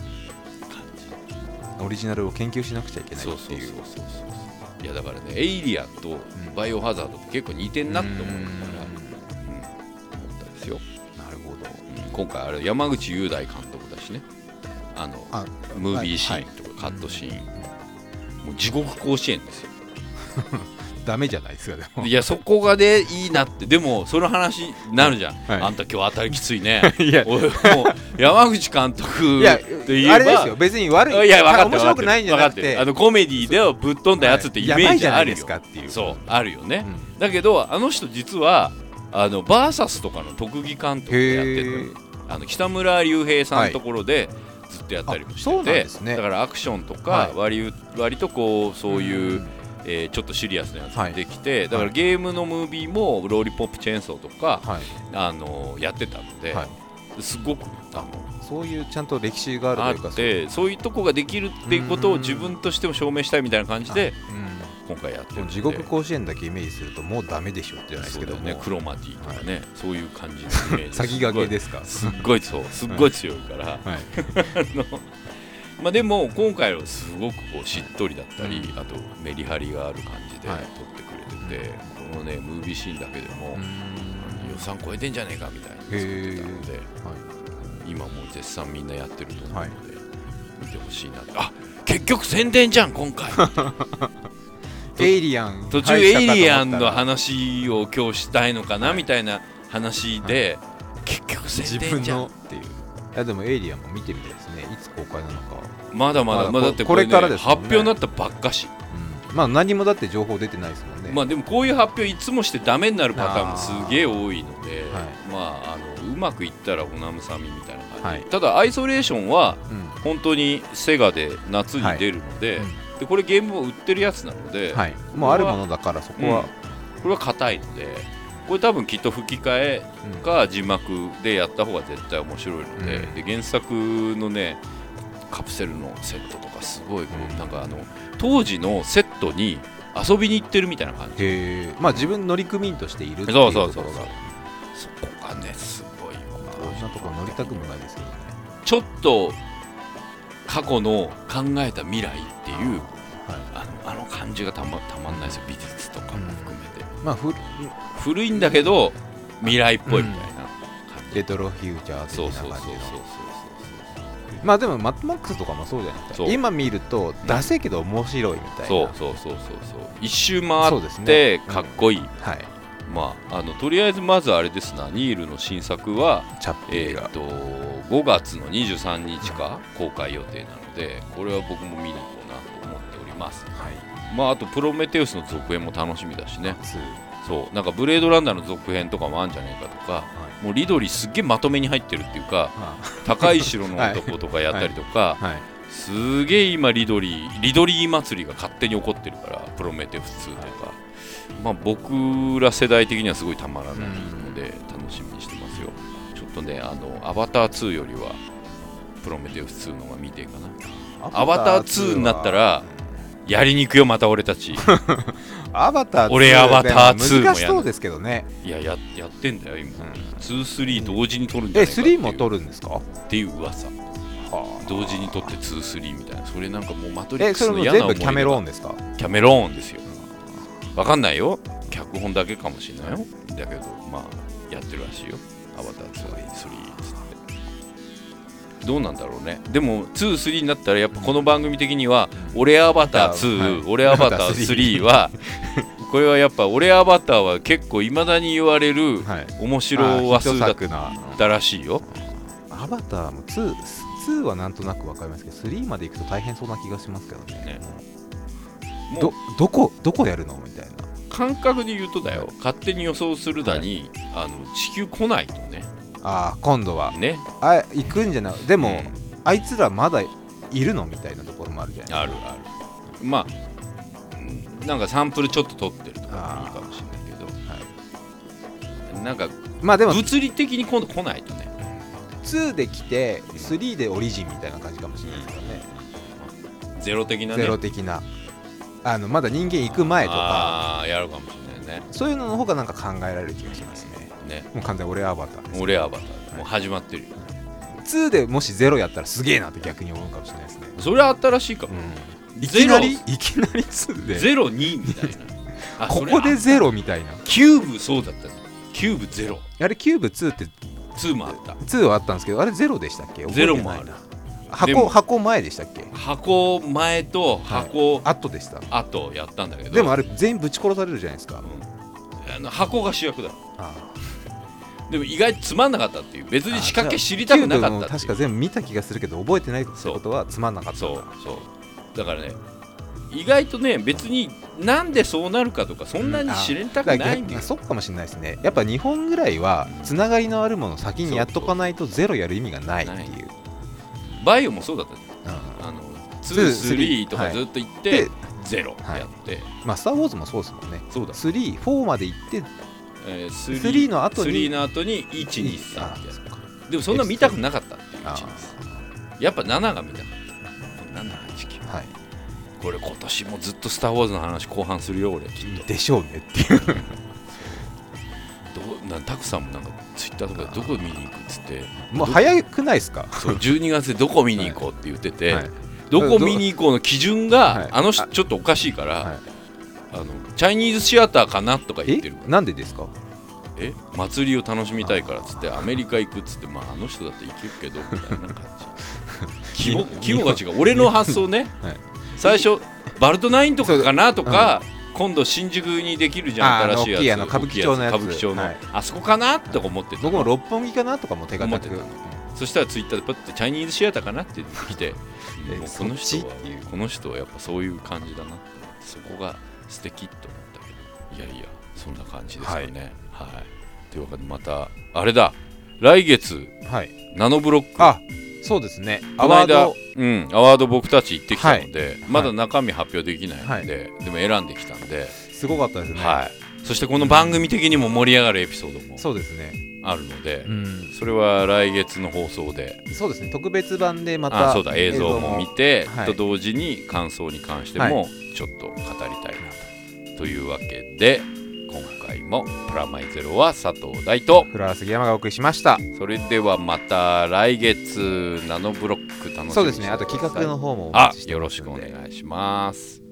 オリジナルを研究しなくちゃいけないっていう。 そうそうそうそう。いやだからね、エイリアンとバイオハザードって結構似てんなって思うから、うん、うん、思ったんですよ。 なるほど、 うん、今回あれ山口雄大監督だしね、あのあムービーシーンとかカットシーン、はいはい、もう地獄甲子園ですよダメじゃないですか。でもいやそこがねいいなって。でもその話になるじゃん、はい、あんた今日当たりきついねいや俺もう山口監督といえばあれですよ、別に悪い、いや分かって面白くないんじゃなくて、 あのコメディでぶっ飛んだやつってイメージあるよ、 はい、 そうあるよね、うん、だけどあの人実はあのバーサスとかの特技監督でやってる、あの北村隆平さんのところで、はい、ずっとやったりもしてて、ね、だからアクションとか割、はい、割とこうそういう、うん、えー、ちょっとシリアスなやつができて、はい、だからゲームのムービーもローリポップチェーンソーとか、はい、あのやってたので、はい、すごくあのそういうちゃんと歴史があるというか、 あってそういうとこができるっていうことを自分としても証明したいみたいな感じで今回やってるので、 地獄甲子園だけイメージするともうダメでしょじゃないですけども、 そうだよね、クロマティとかね、はい、そういう感じのイメージ先駆けですか。 すっごいそうすっごい強いから、はい、あのまあ、でも今回はすごくこうしっとりだったり、うん、あとメリハリがある感じで撮ってくれてて、はい、このねムービーシーンだけでも予算超えてんじゃねえかみたいな作ってたので、はい、今もう絶賛みんなやってると思うので、はい、見てほしいなって。あ、結局宣伝じゃん今回エイリアン途中エイリアンの話を今日したいのかな、はい、みたいな話で、はい、結局宣伝じゃんっていう。 いやでもエイリアンも見てみたいですね。いつ公開なのかまだまだ、まだだってこれ、ね、これからです、ね、発表になったばっかし、 うん、まあ何もだって情報出てないですもんね。 まあでもこういう発表いつもしてダメになるパターンもすげえ多いので、はい、まああのうまくいったらオナムサミみたいな感じ、はい、ただアイソレーションは本当にセガで夏に出るので、はい、うん、でこれゲームも売ってるやつなので、 はい、もうあるものだからそこは、うん、 これは硬いのでこれ多分きっと吹き替えか字幕でやった方が絶対面白いので、うん、で原作のねカプセルのセットとかすごいこう、うん、なんかあの当時のセットに遊びに行ってるみたいな感じ。 へー、まあ自分乗組員としているっていうところが、そうそうそうそう、 そこがねすごいよ。 こんなとこ乗りたくもないですけどね。 ちょっと過去の考えた未来っていう、はい、あの、あの感じがた ま, たまんないですよ。美術とかも含めて、うん、まあ、ふ古いんだけど未来っぽいみたいな感じ、 レトロフューチャー的な感じの。そうそうそうそうそう。まあでもマッドマックスとかもそうじゃないですか。今見るとダセいけど面白いみたいな。 そうそうそうそうそう。一周回ってかっこいい、ね、うん、はい。まあ、あのとりあえずまずあれですな、ニールの新作はチャッピーが、 えー、とごがつのにじゅうさんにちか公開予定なので、これは僕も見に行こうなと思っております、はい。まあ、あとプロメテウスの続編も楽しみだしね。そうなんかブレードランナーの続編とかもあるんじゃないかとか、はい、もうリドリーすっげえまとめに入ってるっていうか、はあ、高い城の男とかやったりとか、はいはい、すげえ今リドリーリドリー祭りが勝手に起こってるから、プロメテウスツーとか、はい、まあ、僕ら世代的にはすごいたまらないので楽しみにしてますよ。ちょっとね、あのアバターツーよりはプロメテウスツーの方が見ていいかな。アバターツーになったらやりに行くよ、また俺たちアバターツー、 俺アバターツーもやる。難しそうですけどね。 いや や, やってんだよ今、うん、ツー、スリー同時に撮るんじゃないかっていう。 え、スリーも撮るんですかっていう噂。はあ、同時に撮ってツー、スリーみたいな。それなんかもうマトリックスの嫌な思い出。 え、それも全部キャメローンですか？ キャメローンですよ。わかんないよ、脚本だけかもしれないよ。だけどまあやってるらしいよ、アバターツー、スリーつって。どうなんだろうね。でもツー、スリーになったらやっぱこの番組的には、うん、俺アバターツー、はい、俺アバタースリーはこれはやっぱ俺アバターは結構いまだに言われる面白話数だったらしいよ。 アバターもツー、ツーはなんとなくわかりますけど、スリーまで行くと大変そうな気がしますけど ね, ねど, ど, こどこやるのみたいな感覚で言うとだよ、勝手に予想するだに、はい、あの地球来ないとね。ああ、今度はね、 あ行くんじゃない。でも、うん、あいつらまだいるのみたいなところもあるじゃないですか。 あるある。まあなんかサンプルちょっと取ってるとかいいかもしれないけど、はい、なんか、まあ、でも物理的に今度来ないとね。 ツーで来てスリーでオリジンみたいな感じかもしれないですからね、 うん、ゼロ的なね。 ゼロ的な、あのまだ人間行く前とかあやるかもしれないね。 そういうのの方がなんか考えられる気がしますね。ね、もう完全に俺アバターです、ね、 俺アバター、もう始まってるよ、 うん、ツーでもしゼロやったらすげえなって逆に思うかもしれないですね。 それは新しいかも、 うん、いきなりいきなりツーでゼロにみたいなあここでゼロみたいな。 キューブそうだったの。キューブゼロ、 あれキューブツーってツーもあった。 ツーはあったんですけど、あれゼロでしたっけ？ ゼロもある。 箱箱前でしたっけ？ 箱前と箱、 はい、後でした。 後やったんだけど、 でもあれ全員ぶち殺されるじゃないですか、 うん、あの箱が主役だ。ああでも意外とつまんなかったっていう。別に仕掛け知りたくなかったっていう。 確か全部見た気がするけど覚えてないってことはつまんなかった。 そうそうだからね、意外とね別になんでそうなるかとかそんなに知りたくないんだよ、 うん、そうかもしれないですね。やっぱ日本ぐらいはつながりのあるものを先にやっとかないとゼロやる意味がないっていう。 バイオもそうだったじゃん、うん、あのツー、スリーとかずっと行って、はい、ゼロやって、はい、 まあスター・ウォーズもそうですもんね。 そうだスリー、フォーまで行ってえー、スリー, スリーの後にスリーの後にいち、に、さんってやる。でもそんな見たくなかったっていううちです。やっぱななが見たかった。なな、はち、きゅう、はい、これ今年もずっとスター・ウォーズの話後半するよ俺きっと。 でしょうねっていうどうなタクさんもなんかツイッターとかでどこ見に行くっつってもう早くないですか。 そうじゅうにがつでどこ見に行こうって言ってて、はい、どこ見に行こうの基準が、はい、あの人ちょっとおかしいから、はい、あのチャイニーズシアターかなとか言ってるから。 なんでですか。 え祭りを楽しみたいからっつってアメリカ行くっつって、まあ、あの人だって行けるけどみたいな感じ規模, 規模が違う。俺の発想ね、はい、最初バルトナインとかかなとか、うん、今度新宿にできるじゃん新しいやつ、 あの歌舞伎町のやつ、 歌舞伎町の、はい、あそこかなとか思ってた。 僕も六本木かなとかも手堅く、 そしたらツイッターでパッてチャイニーズシアターかなって来てもうこの人はこの人はやっぱそういう感じだな、そこが素敵と思ったけど、いやいやそんな感じですよね。はい、はい、というわけでまたあれだ来月、はい、ナノブロック、あそうですね、 アワード、うん、アワード僕たち行ってきたので、はい、まだ中身発表できないので、はい、でも選んできたんで、 すごかったですね。 はい、 そしてこの番組的にも盛り上がるエピソードもそうですねあるので、 うん、 それは来月の放送でそうですね特別版でまたあそうだ映像も見て、 はい、 と同時に感想に関してもちょっと語りたいなと、というわけで今回もプラマイゼロは佐藤大とフラワー杉山がお送りしました。 それではまた来月ナノブロック楽しみにしてください。 そうですねあと企画の方もおあ待ちしてよろますのでしくお願いします。